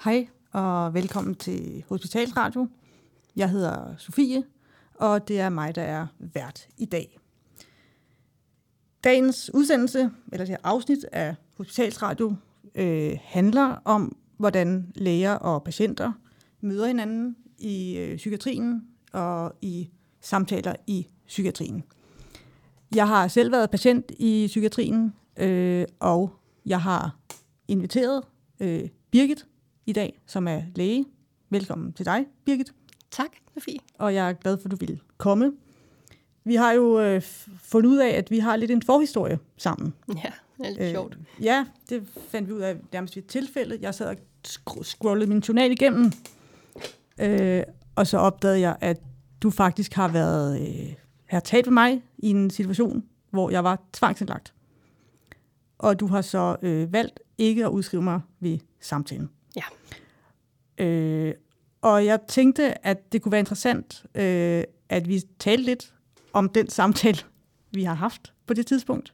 Hej og velkommen til Hospitalsradio. Jeg hedder Sofie, og det er mig, der er vært i dag. Dagens udsendelse, eller det her afsnit af Hospitalsradio, handler om, hvordan læger og patienter møder hinanden i psykiatrien og i samtaler i psykiatrien. Jeg har selv været patient i psykiatrien, og jeg har inviteret Birgit i dag, som er læge. Velkommen til dig, Birgit. Tak, Sofie. Og jeg er glad for, at du ville komme. Vi har jo fundet ud af, at vi har lidt en forhistorie sammen. Ja, det er lidt sjovt. Ja, det fandt vi ud af nærmest ved et tilfælde. Jeg sad og scrollede min journal igennem, og så opdagede jeg, at du faktisk har talt med mig i en situation, hvor jeg var tvangsindlagt. Og du har så valgt ikke at udskrive mig ved samtalen. Ja. Og jeg tænkte, at det kunne være interessant, at vi talte lidt om den samtale, vi har haft på det tidspunkt.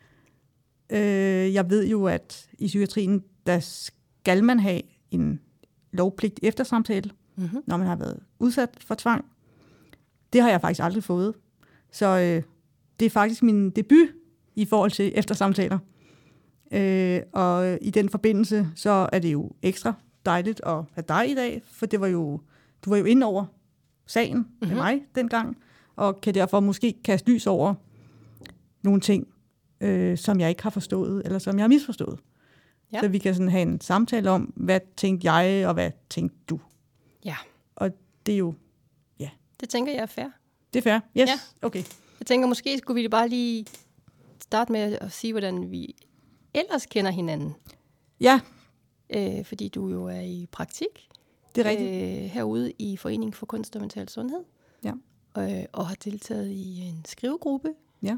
Jeg ved jo, at i psykiatrien, der skal man have en lovpligt efter samtale, når man har været udsat for tvang. Det har jeg faktisk aldrig fået. Så det er faktisk min debut i forhold til eftersamtaler. Og i den forbindelse, så er det jo ekstra dejligt at have dig i dag, for du var jo inde over sagen med mig dengang, og kan derfor måske kaste lys over nogle ting, som jeg ikke har forstået, eller som jeg har misforstået. Ja. Så vi kan sådan have en samtale om, hvad tænkte jeg, og hvad tænkte du? Ja. Og det er jo, ja. Det tænker jeg er fair. Det er fair? Yes, ja. Okay. Jeg tænker, måske skulle vi bare lige starte med at sige, hvordan vi ellers kender hinanden. Ja. Fordi du jo er i praktik. Det er rigtigt. Herude i Foreningen for Kunst og Mental Sundhed. Ja. Og har deltaget i en skrivegruppe. Ja.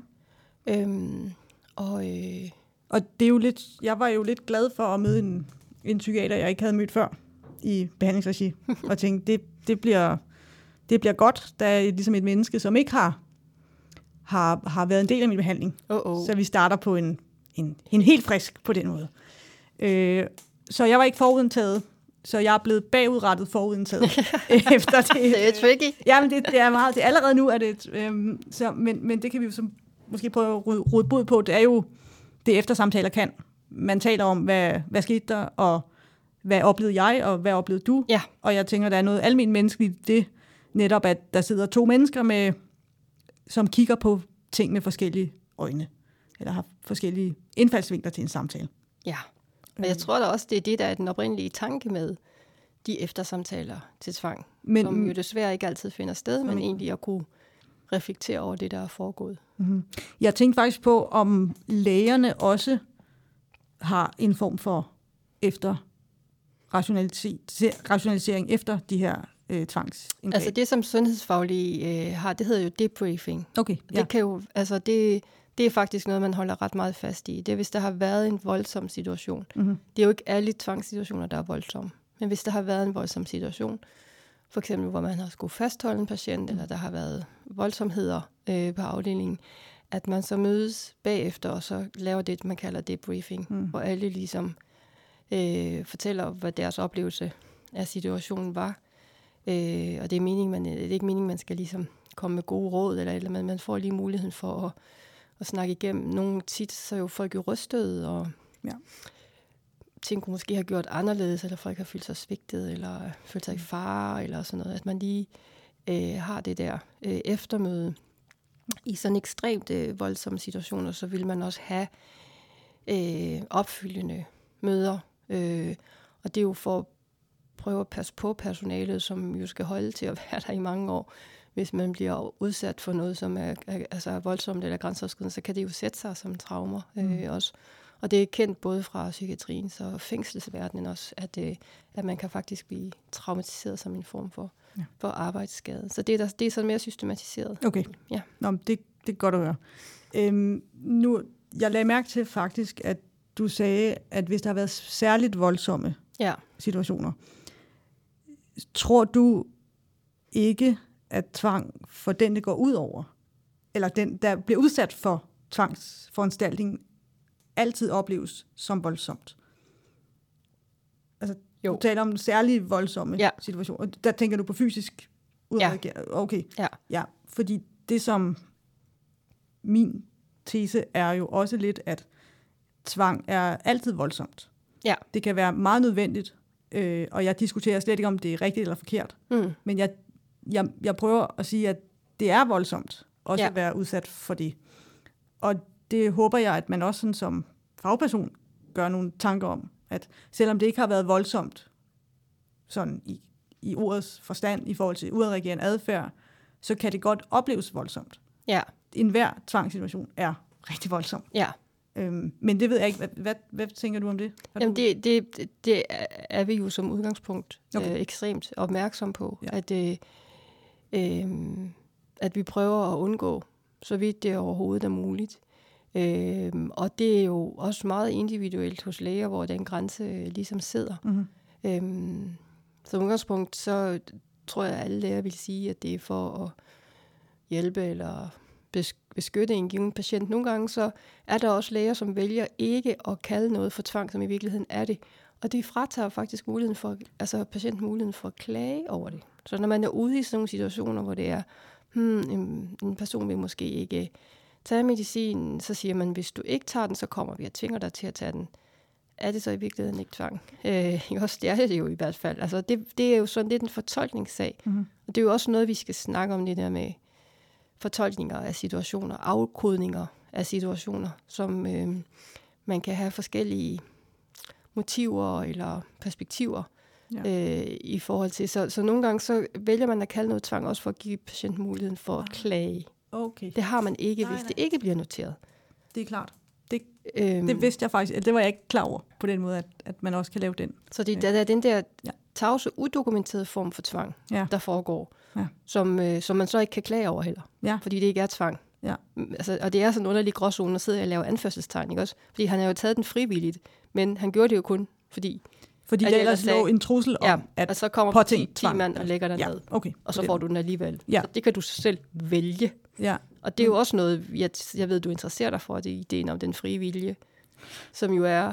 Og det er jo lidt, jeg var jo lidt glad for at møde en psykiater, jeg ikke havde mødt før i behandlingsregi. Og tænkte, det bliver godt, da jeg ligesom et menneske, som ikke har været en del af min behandling. Så vi starter på en helt frisk på den måde. Så jeg var ikke forudindtaget, så jeg er blevet bagudrettet forudindtaget efter det. Det er tricky. Ja, men det er meget. Det allerede nu er det. Men det kan vi jo måske prøve at rode bod på. Det er jo det eftersamtaler kan. Man taler om, hvad skete der, og hvad oplevede jeg, og hvad oplevede du? Ja. Og jeg tænker, der er noget almindeligt menneskeligt det, netop at der sidder to mennesker, som kigger på ting med forskellige øjne, eller har forskellige indfaldsvinkler til en samtale. Ja, og jeg tror da også, det er det, der er den oprindelige tanke med de eftersamtaler til tvang, som jo desværre ikke altid finder sted, men egentlig at kunne reflektere over det, der er foregået. Mm-hmm. Jeg tænkte faktisk på, om lægerne også har en form for rationalisering efter de her tvangsindgreb. Altså det, som sundhedsfaglige har, det hedder jo debriefing. Okay, ja. Det kan jo, altså det er faktisk noget, man holder ret meget fast i. Det er, hvis der har været en voldsom situation. Mm-hmm. Det er jo ikke alle tvangssituationer, der er voldsomme. Men hvis der har været en voldsom situation, for eksempel hvor man har skulle fastholde en patient, eller der har været voldsomheder på afdelingen, at man så mødes bagefter, og så laver det, man kalder debriefing, hvor alle ligesom fortæller, hvad deres oplevelse af situationen var. Og det er ikke meningen, man skal ligesom komme med gode råd, eller man får lige muligheden for at snakke igennem. Nogle tit så er jo folk jo rystede, og ting kunne måske have gjort anderledes, eller folk har følt sig svigtet, eller følt sig i fare, eller sådan noget. At man lige har det der eftermøde. I sådan ekstremt voldsomme situationer, så vil man også have opfølgende møder. Og det er jo for at prøve at passe på personalet, som jo skal holde til at være der i mange år. Hvis man bliver udsat for noget, som er voldsomt eller grænseoverskridende, så kan det jo sætte sig som traumer også. Og det er kendt både fra psykiatrien og fængselsverdenen også, at man kan faktisk blive traumatiseret som en form for arbejdsskade. Så det er sådan mere systematiseret. Okay, ja. Nå, det er godt at høre. Jeg lagde mærke til faktisk, at du sagde, at hvis der har været særligt voldsomme situationer, tror du ikke, at tvang for den, det går ud over, eller den, der bliver udsat for tvangsforanstaltning, altid opleves som voldsomt? Altså, Du taler om en særlig voldsomme situation. Og der tænker du på fysisk udreagering? Okay. Ja, fordi det som min tese er jo også lidt, at tvang er altid voldsomt. Ja. Det kan være meget nødvendigt, og jeg diskuterer slet ikke, om det er rigtigt eller forkert. Men jeg prøver at sige, at det er voldsomt også at være udsat for det. Og det håber jeg, at man også sådan som fagperson gør nogle tanker om, at selvom det ikke har været voldsomt sådan i ordets forstand i forhold til udadreagerende adfærd, så kan det godt opleves voldsomt. Ja. Enhver tvangssituation er rigtig voldsom. Ja. Men det ved jeg ikke. Hvad tænker du om det? Jamen det er vi jo som udgangspunkt ekstremt opmærksom på, at vi prøver at undgå, så vidt det overhovedet er muligt. Og det er jo også meget individuelt hos læger, hvor den grænse ligesom sidder. Som udgangspunkt, så tror jeg, at alle læger vil sige, at det er for at hjælpe eller beskytte en given patient. Nogle gange så er der også læger, som vælger ikke at kalde noget for tvang, som i virkeligheden er det. Og det fratager faktisk patienten muligheden for at klage over det. Så når man er ude i sådan nogle situationer, hvor det er, en person vil måske ikke tage medicinen, så siger man, hvis du ikke tager den, så kommer vi og tvinger dig til at tage den. Er det så i virkeligheden ikke tvang? Også det er det jo i hvert fald. Altså det er jo sådan lidt en fortolkningssag. Og det er jo også noget, vi skal snakke om, det der med fortolkninger af situationer, afkodninger af situationer, som man kan have forskellige motiver eller perspektiver i forhold til. Så nogle gange så vælger man at kalde noget tvang også for at give patienten muligheden for at klage. Okay. Det har man ikke, hvis det ikke bliver noteret. Det er klart. Det vidste jeg faktisk. Det var jeg ikke klar over på den måde, at man også kan lave den. Så der er den der tavse, udokumenterede form for tvang, der foregår, som man så ikke kan klage over heller, fordi det ikke er tvang. Ja. Altså, og det er sådan en underlig gråzone, at sidde og lave anførselstegn, ikke også? Fordi han har jo taget den frivilligt, men han gjorde det jo kun, fordi der ellers lå en trussel om, at så kommer 10 mand og lægger dig ned, og så får du den alligevel. Ja. Så det kan du selv vælge. Ja. Og det er jo også noget, jeg ved, du interesserer dig for, det ideen om den frie vilje, som jo er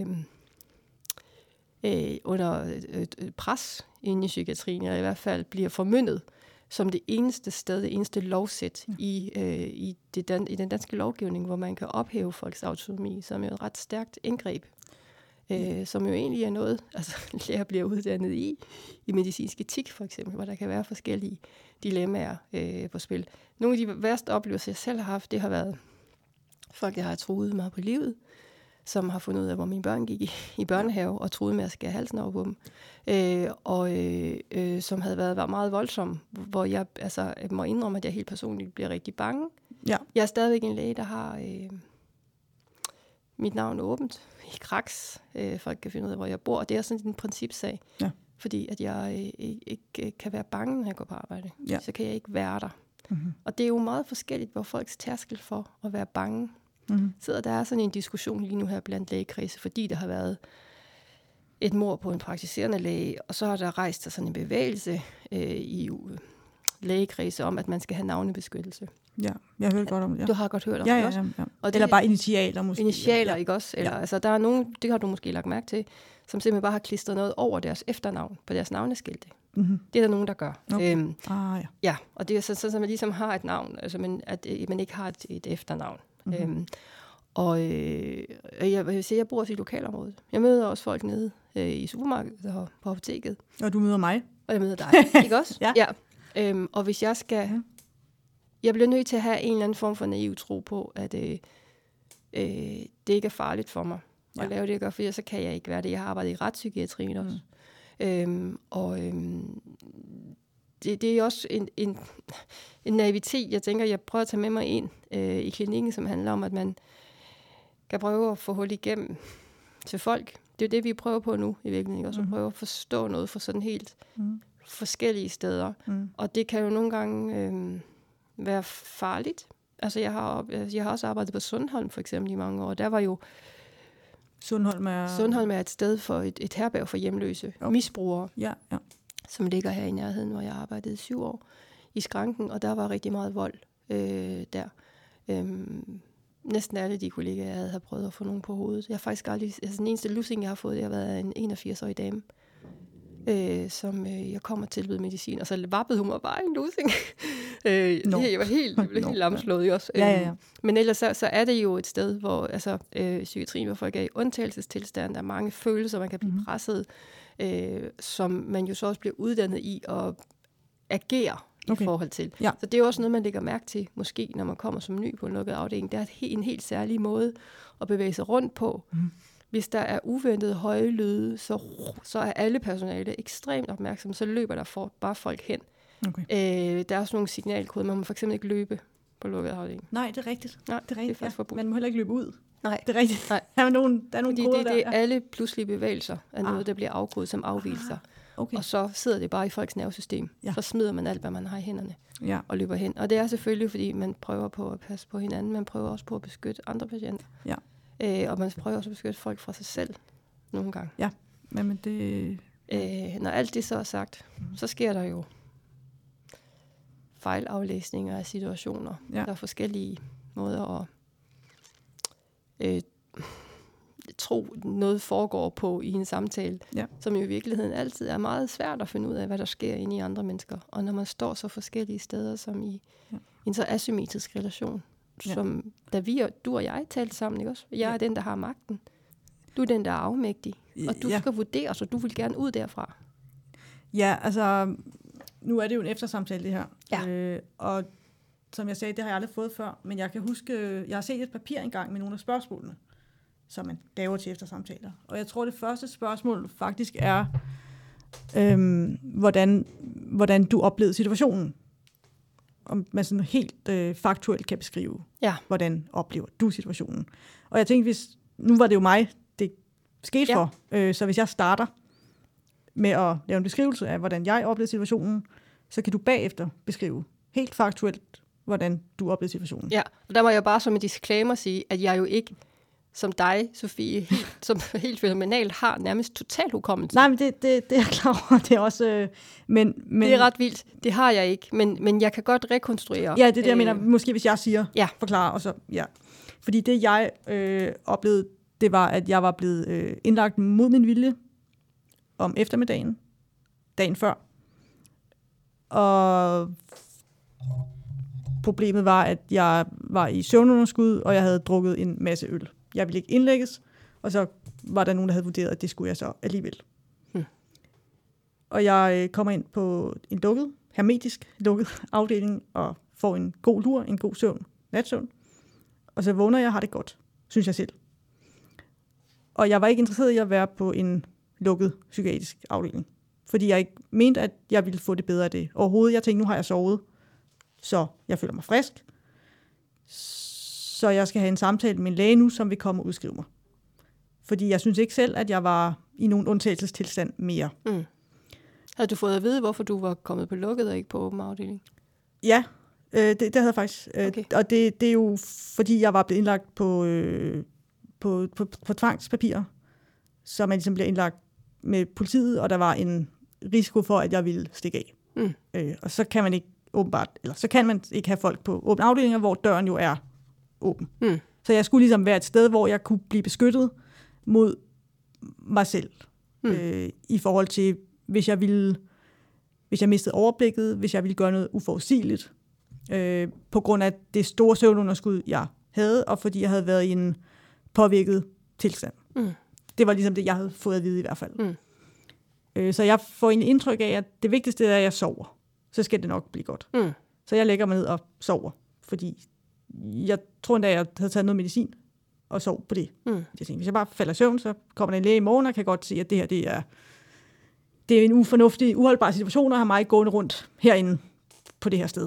under pres inde i psykiatrien, eller i hvert fald bliver formyndet som det eneste sted, det eneste lovsæt i den danske lovgivning, hvor man kan ophæve folks autonomi, som er et ret stærkt indgreb, som jo egentlig er noget, altså læger bliver uddannet i medicinsk etik for eksempel, hvor der kan være forskellige dilemmaer på spil. Nogle af de værste oplevelser, jeg selv har haft, det har været folk, der har truet mig på livet, som har fundet ud af, hvor mine børn gik i børnehave, og troede med at skære halsen over på dem. Som havde været meget voldsom, hvor jeg må indrømme, at jeg helt personligt bliver rigtig bange. Ja. Jeg er stadigvæk en læge, der har mit navn åbent i Kraks. Folk kan finde ud af, hvor jeg bor, og det er sådan en principsag. Ja. Fordi at jeg ikke kan være bange, når jeg går på arbejde. Ja. Så kan jeg ikke være der. Mm-hmm. Og det er jo meget forskelligt, hvor folks tærskel for at være bange. Mm-hmm. Så der er sådan en diskussion lige nu her blandt lægekredse, fordi der har været et mord på en praktiserende læge, og så har der rejst sig sådan en bevægelse i lægekredse om, at man skal have navnebeskyttelse. Ja, jeg har hørt godt om det. Ja. Du har godt hørt om det også? Ja. Og eller bare initialer måske. Initialer, ikke også? Eller, altså, der er nogen, det har du måske lagt mærke til, som simpelthen bare har klistret noget over deres efternavn på deres navneskilte. Mm-hmm. Det er der nogen, der gør. Okay. Ja, og det er sådan, at man ligesom har et navn, altså, men at man ikke har et efternavn. Mm-hmm. Jeg vil sige, jeg bor også i lokalområdet. Jeg møder også folk nede i supermarkedet og på apoteket. Og du møder mig. Og jeg møder dig, ikke også? Ja. Og hvis jeg skal... Jeg bliver nødt til at have en eller anden form for naiv tro på, at det ikke er farligt for mig at lave det, jeg gør, for så kan jeg ikke være det. Jeg har arbejdet i retspsykiatrien også. Det er også en naivitet, jeg tænker, jeg prøver at tage med mig ind i klinikken, som handler om, at man kan prøve at få hul igennem til folk. Det er det, vi prøver på nu i virkeligheden, også at prøve at forstå noget fra sådan helt forskellige steder. Og det kan jo nogle gange være farligt. Altså, jeg har også arbejdet på Sundholm for eksempel i mange år. Der var jo Sundholm er et sted for et herberg for hjemløse misbrugere, som ligger her i nærheden, hvor jeg arbejdede 7 år i skranken, og der var rigtig meget vold der. Næsten alle de kollegaer, jeg havde prøvet at få nogen på hovedet. Jeg har faktisk aldrig, altså den eneste lussing, jeg har fået, det har været en 81-årig dame, som jeg kommer til ved medicin, og så vappede hun mig bare en lussing. Jeg var helt lamslået, ikke også? Ja. Men ellers så er det jo et sted, hvor psykiatrien, hvor folk er i undtagelsestilstand, der er mange følelser, man kan blive presset, som man jo så også bliver uddannet i at agere i forhold til. Ja. Så det er jo også noget, man lægger mærke til, måske når man kommer som ny på en lukket afdeling. Det er en helt særlig måde at bevæge sig rundt på. Hvis der er uventet høje lyde, så er alle personale ekstremt opmærksomme, så løber der bare folk hen. Okay. Der er også nogle signalkoder. Man må for eksempel ikke løbe på lukket afdeling. Nej, det er rigtigt. Nej, det er faktisk forbudt. Man må heller ikke løbe ud. Nej. Det er rigtigt. Nej. Der er nogle koder der. Det er alle pludselige bevægelser af noget, der bliver afkodet som afvigelser. Okay. Og så sidder det bare i folks nervesystem. Ja. Så smider man alt, hvad man har i hænderne og løber hen. Og det er selvfølgelig, fordi man prøver på at passe på hinanden. Man prøver også på at beskytte andre patienter. Ja. Og man prøver også at beskytte folk fra sig selv nogle gange. Ja, men det... Når alt det så er sagt, så sker der jo fejlaflæsninger af situationer. Ja. Der er forskellige måder at tro, noget foregår på i en samtale, som i virkeligheden altid er meget svært at finde ud af, hvad der sker inde i andre mennesker. Og når man står så forskellige steder, som i en så asymmetrisk relation, som da du og jeg talte sammen, ikke også? Jeg er den, der har magten. Du er den, der er afmægtig. Og du skal vurderes, og du vil gerne ud derfra. Ja, altså, nu er det jo en eftersamtale, det her. Ja. Og som jeg sagde, det har jeg aldrig fået før, men jeg kan huske, jeg har set et papir engang med nogle af spørgsmålene, som man laver til eftersamtaler. Og jeg tror, det første spørgsmål faktisk er, hvordan du oplevede situationen. Om man sådan helt faktuelt kan beskrive, hvordan oplever du situationen. Og jeg tænkte, nu var det jo mig, det skete for, så hvis jeg starter med at lave en beskrivelse af, hvordan jeg oplevede situationen, så kan du bagefter beskrive helt faktuelt, hvordan du oplevede situationen. Ja, og der må jeg bare som en disclaimer sige, at jeg jo ikke, som dig, Sofie, som helt fænomenalt har nærmest total hukommelse. Nej, men det er jeg klar over. Det er også... Men det er ret vildt. Det har jeg ikke, men jeg kan godt rekonstruere. Ja, det er det, jeg mener. Måske hvis jeg siger, forklare, og så... Ja. Fordi det, jeg oplevede, det var, at jeg var blevet indlagt mod min vilje om eftermiddagen, dagen før. Og problemet var, at jeg var i søvnunderskud, og jeg havde drukket en masse øl. Jeg ville ikke indlægges, og så var der nogen, der havde vurderet, at det skulle jeg så alligevel. Og jeg kommer ind på en hermetisk lukket afdeling, og får en god lur, en god søvn, natsøvn. Og så vågner jeg, har det godt, synes jeg selv. Og jeg var ikke interesseret i at være på en lukket psykiatrisk afdeling, fordi jeg ikke mente, at jeg ville få det bedre af det. Overhovedet, jeg tænkte, nu har jeg sovet, så jeg føler mig frisk. Så jeg skal have en samtale med en læge nu, som vil komme og udskrive mig. Fordi jeg synes ikke selv, at jeg var i nogen undtagelsestilstand mere. Havde du fået at vide, hvorfor du var kommet på lukket og ikke på åben afdeling? Ja, det havde jeg faktisk. Okay. Og det er jo, fordi jeg var blevet indlagt på tvangspapirer, så man ligesom bliver indlagt med politiet, og der var en risiko for, at jeg ville stikke af. Og så kan man ikke så kan man ikke have folk på åbne afdelinger, hvor døren jo er åben. Så jeg skulle ligesom være et sted, hvor jeg kunne blive beskyttet mod mig selv. I forhold til, hvis jeg mistede overblikket, hvis jeg ville gøre noget uforudsigeligt, på grund af det store søvnunderskud, jeg havde, og fordi jeg havde været i en påvirket tilstand. Det var ligesom det, jeg havde fået at vide i hvert fald. Så jeg får en indtryk af, at det vigtigste er, at jeg sover. Så skal det nok blive godt. Så jeg lægger mig ned og sover, fordi jeg tror endda, jeg havde taget noget medicin og sov på det. Jeg tænkte, hvis jeg bare falder i søvn, så kommer der en læge i morgen, og kan godt se, at det her det er en ufornuftig, uholdbar situation, at have mig gående rundt herinde på det her sted.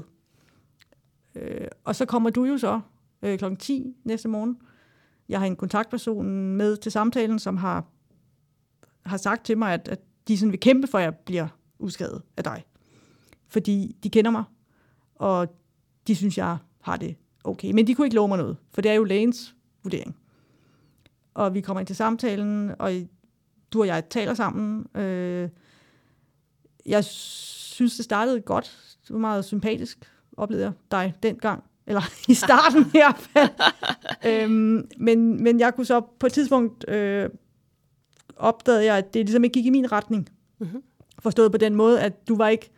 Og så kommer du jo så klokken 10 næste morgen. Jeg har en kontaktperson med til samtalen, som har sagt til mig, at de sådan vil kæmpe for, at jeg bliver udskrevet af dig. Fordi de kender mig, og de synes, jeg har det okay. Men de kunne ikke love mig noget, for det er jo lægens vurdering. Og vi kommer ind til samtalen, og du og jeg taler sammen. Jeg synes, det startede godt. Det var meget sympatisk, oplevede jeg dig dengang. Eller i starten i hvert fald. Men jeg kunne så på et tidspunkt opdagede jeg, at det ligesom ikke gik i min retning. Forstået på den måde, at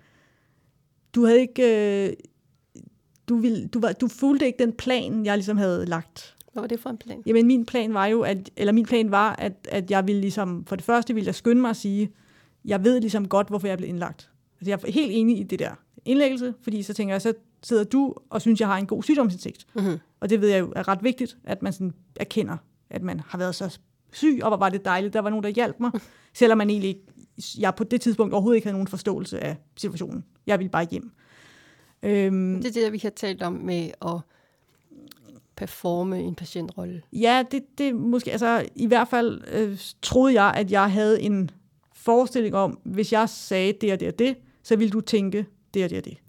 du fulgte ikke den plan, jeg ligesom havde lagt. Hvad var det for en plan? Jamen, min plan var, at jeg ville ligesom, for det første ville jeg skynde mig at sige, jeg ved ligesom godt, hvorfor jeg blev indlagt. Altså, jeg er helt enig i det der indlæggelse, fordi så tænker jeg, så sidder du og synes, jeg har en god sygdomsindsigt. Mm-hmm. Og det ved jeg jo er ret vigtigt, at man sådan erkender, at man har været så syg, og hvor var det dejligt, der var nogen, der hjalp mig, selvom man egentlig ikke, jeg på det tidspunkt overhovedet ikke havde nogen forståelse af situationen. Jeg ville bare hjem. Det er det, der vi har talt om med at performe en patientrolle. Ja, det måske, altså i hvert fald troede jeg, at jeg havde en forestilling om, hvis jeg sagde det og det og det, så ville du tænke det og det og det.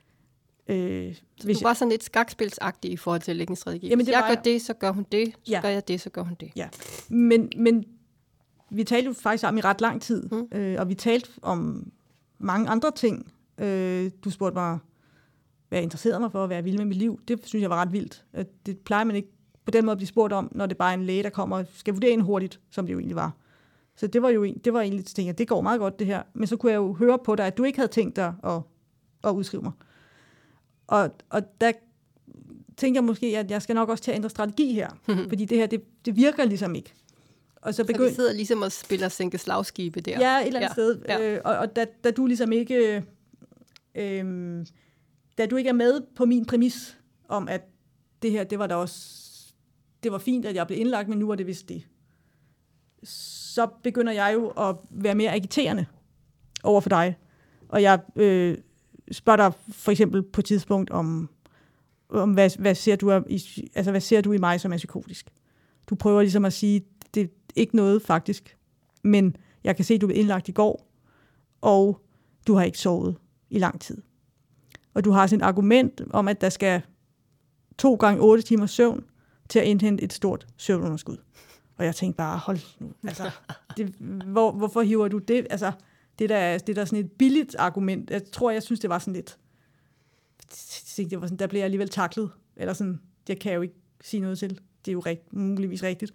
Du var sådan lidt skakspilsagtig i forhold til at lægge en strategi. Jamen, hvis jeg gør det, så gør hun det. Så gør jeg det, så gør hun det. Ja, men vi talte jo faktisk om i ret lang tid, og vi talte om mange andre ting. Du spurgte mig, hvad jeg interesserede mig for, hvad jeg ville med mit liv. Det synes jeg var ret vildt. Det plejer man ikke på den måde at blive spurgt om, når det bare er en læge, der kommer og skal vurdere en hurtigt, som det jo egentlig var. Så det var egentlig til at det går meget godt det her. Men så kunne jeg jo høre på dig, at du ikke havde tænkt dig at udskrive mig. Og der tænker jeg måske, at jeg skal nok også til at ændre strategi her. Fordi det her, det virker ligesom ikke. Og så vi sidder ligesom og spiller sænke slagskibe der. Ja, et eller andet sted. Ja. Og da du ligesom ikke... da du ikke er med på min præmis om, at det her, det var da også... Det var fint, at jeg blev indlagt, men nu var det vist det. Så begynder jeg jo at være mere agiterende over for dig. Og jeg spørger dig for eksempel på et tidspunkt om hvad ser du i mig, som er psykotisk? Du prøver ligesom at sige, det er ikke noget faktisk, men jeg kan se, at du blev indlagt i går, og du har ikke sovet i lang tid. Og du har sådan et argument om, at der skal 2 gange 8 timer søvn til at indhente et stort søvnunderskud. Og jeg tænkte bare, hold nu, altså, hvorfor hiver du det? Altså, det er sådan et billigt argument. Jeg synes, det var sådan lidt, det var sådan, der blev jeg alligevel taklet. Eller sådan, det kan jeg jo ikke sige noget til. Det er jo muligvis rigtigt.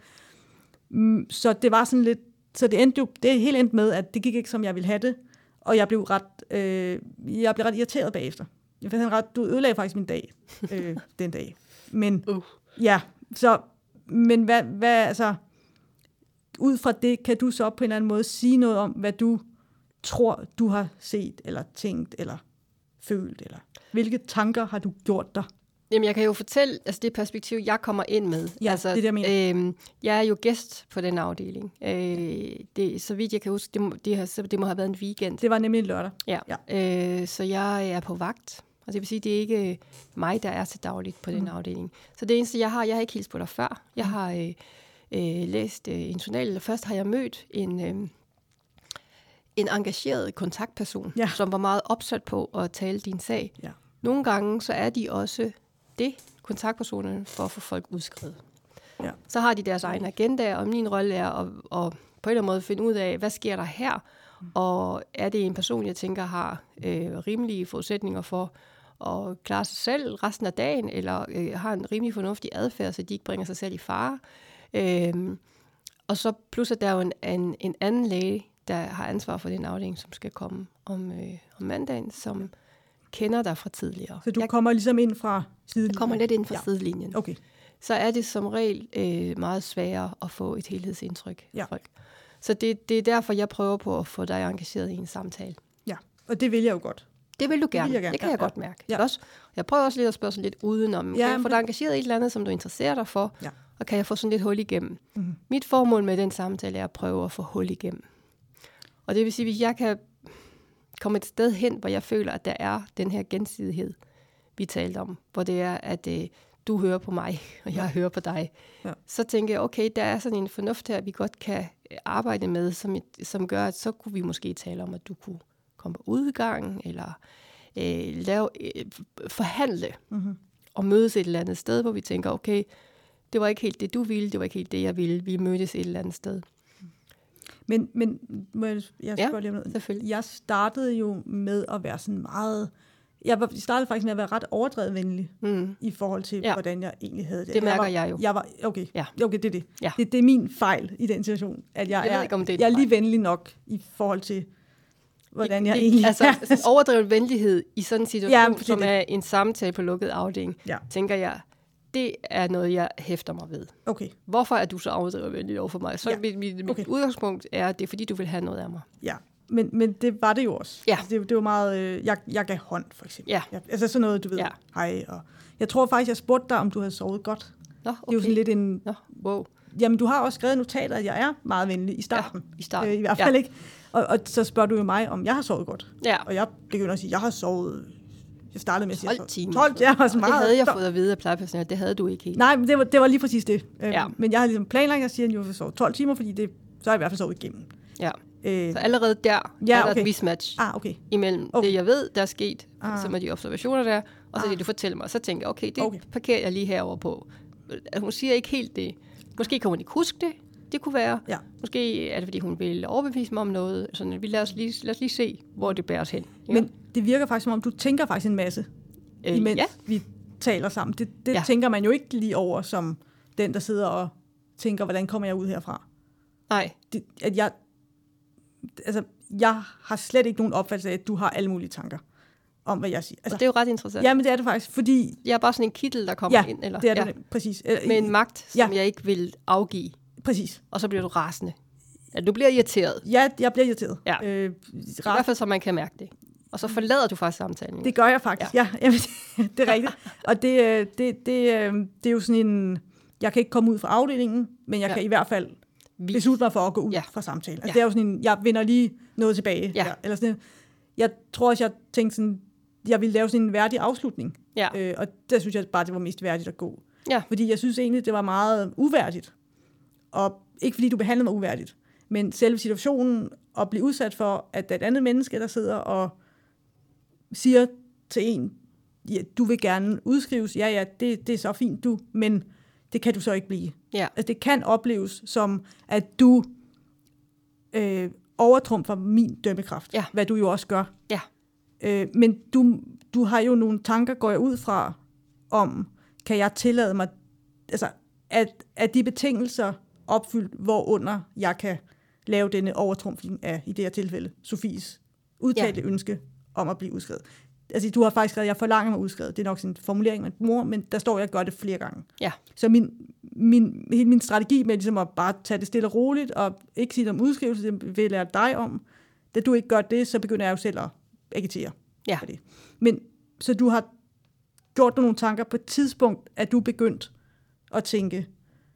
Så det var sådan lidt, så det hele endte med, at det gik ikke, som jeg ville have det. Og jeg blev ret irriteret bagefter. Du ødelagde faktisk min dag, den dag. Men, ja, så, men hvad, altså, ud fra det, kan du så på en eller anden måde sige noget om, hvad du tror, du har set, eller tænkt, eller følt, eller hvilke tanker har du gjort dig? Jamen, jeg kan jo fortælle, altså det perspektiv, jeg kommer ind med. Ja, altså, det der mener. Jeg er jo gæst på den afdeling. Så vidt jeg kan huske, det må have været en weekend. Det var nemlig en lørdag. Ja. Så jeg er på vagt. Og det vil sige, det er ikke mig, der er til dagligt på den afdeling. Så det eneste, jeg har ikke hilst på dig før. Jeg har læst en journal. Først har jeg mødt en engageret kontaktperson, som var meget opsat på at tale din sag. Ja. Nogle gange, så er de også kontaktpersonerne for at få folk udskrevet. Ja. Så har de deres egen agenda, og min rolle er at på en eller anden måde finde ud af, hvad sker der her, og er det en person, jeg tænker har rimelige forudsætninger for at klare sig selv resten af dagen, eller har en rimelig fornuftig adfærd, så de ikke bringer sig selv i fare. Og så plus at der er jo en anden læge, der har ansvar for den afdeling, som skal komme om mandagen, som kender dig fra tidligere. Så du kommer ligesom ind fra sidelinjen? Jeg kommer lidt ind fra sidelinjen. Okay. Så er det som regel meget sværere at få et helhedsindtryk af folk. Så det er derfor, jeg prøver på at få dig engageret i en samtale. Ja, og det vil jeg jo godt. Det vil du gerne. Det kan jeg godt mærke. Ja. Jeg prøver også lidt at spørge sådan lidt udenom. Kan jeg få dig engageret i et eller andet, som du interesserer dig for? Ja. Og kan jeg få sådan lidt hul igennem? Mm-hmm. Mit formål med den samtale er at prøve at få hul igennem. Og det vil sige, hvis jeg kan komme et sted hen, hvor jeg føler, at der er den her gensidighed, vi talte om, hvor det er, at du hører på mig, og jeg hører på dig, så tænker jeg, okay, der er sådan en fornuft her, vi godt kan arbejde med, som gør, at så kunne vi måske tale om, at du kunne komme på udgang, eller forhandle, og mødes et eller andet sted, hvor vi tænker, okay, det var ikke helt det, du ville, det var ikke helt det, jeg ville, vi mødtes et eller andet sted. Men må jeg spørge lige om noget? Selvfølgelig. Jeg startede jo med at være sådan meget... Jeg startede faktisk med at være ret overdrevet venlig i forhold til, hvordan jeg egentlig havde det. Det mærker jeg jo. Okay, det er det. Ja. Det er min fejl i den situation, at jeg er lige venlig nok i forhold til, hvordan jeg egentlig... Altså, sådan overdreven venlighed i sådan en situation, som er en samtale på lukket afdeling, tænker jeg, det er noget, jeg hæfter mig ved. Okay. Hvorfor er du så overdreven venlig over for mig? Så mit udgangspunkt er, at det er, fordi du vil have noget af mig. Ja, men det var det jo også. Ja. Altså, det var meget... jeg gav hånd, for eksempel. Ja. Altså sådan noget, du ved, hej. Og jeg tror faktisk, jeg spurgte dig, om du havde sovet godt. Nå, okay. Det er jo sådan lidt en... Nå, wow. Jamen, du har også skrevet notater, at jeg er meget venlig i starten. Ja, i starten. I hvert fald ikke. Og så spørger du jo mig, om jeg har sovet godt. Ja. Og jeg begynder at sige, at jeg har sovet... Jeg startede med at sige, 12 timer. 12, ja, også meget. Det havde jeg fået at vide af plejepersonalet. Det havde du ikke helt. Nej, men det var lige præcis det. Men jeg har ligesom planlagt at sige, at jeg har sovet 12 timer, fordi så har jeg i hvert fald sovet igennem. Ja. Så allerede der er der et mismatch imellem det, jeg ved, der er sket, som er de observationer der, og så det, du fortæller mig. Så tænker jeg, okay, det parkerer jeg lige herover på. Hun siger ikke helt det. Måske kan hun ikke huske det. Det kunne være. Ja. Måske er det, fordi hun vil overbevise mig om noget. Sådan, lad os lige se, hvor det bærer os hen. Ja. Men det virker faktisk, som om du tænker faktisk en masse, imens vi taler sammen. Det tænker man jo ikke lige over, som den, der sidder og tænker, hvordan kommer jeg ud herfra? Nej. Jeg har slet ikke nogen opfattelse af, at du har alle mulige tanker om, hvad jeg siger. Altså, og det er jo ret interessant. Ja, men det er det faktisk, fordi... Jeg er bare sådan en kittel, der kommer ind. Eller? Det er det, præcis. Med en magt, som jeg ikke vil afgive. Præcis. Og så bliver du rasende. Ja, du bliver irriteret. Ja, jeg bliver irriteret. Ja. I hvert fald, så man kan mærke det. Og så forlader du faktisk samtalen. Det gør jeg faktisk, ja. Det er rigtigt. Og det er jo sådan en... Jeg kan ikke komme ud fra afdelingen, men jeg kan i hvert fald beslutte mig for at gå ud fra samtalen. Altså, det er jo sådan en... Jeg vinder lige noget tilbage. Ja. Eller sådan en, jeg tror også, jeg tænkte sådan... Jeg ville lave sådan en værdig afslutning. Ja. Og der synes jeg bare, det var mest værdigt at gå. Ja. Fordi jeg synes egentlig, det var meget uværdigt. Og ikke fordi du behandlede mig uværdigt, men selve situationen at blive udsat for, at der er et andet menneske, der sidder og siger til en, ja, du vil gerne udskrives, ja, det er så fint du, men det kan du så ikke blive. Ja. Altså det kan opleves som, at du overtrumfer min dømmekraft, hvad du jo også gør. Ja. Men du har jo nogle tanker, går jeg ud fra, om, kan jeg tillade mig, altså at de betingelser opfyldt, hvorunder jeg kan lave denne overtrumfning af, i det her tilfælde, Sofies udtalte ønske om at blive udskrevet. Altså, du har faktisk skrevet, at jeg forlanger mig udskrevet. Det er nok sådan en formulering, man bruger, men der står, at jeg gør det flere gange. Ja. Så min strategi med ligesom at bare tage det stille og roligt, og ikke sige om udskrivelse, det vil jeg lære dig om. Da du ikke gør det, så begynder jeg jo selv at agitere for det. Men, så du har gjort nogle tanker på et tidspunkt, at du begyndt at tænke,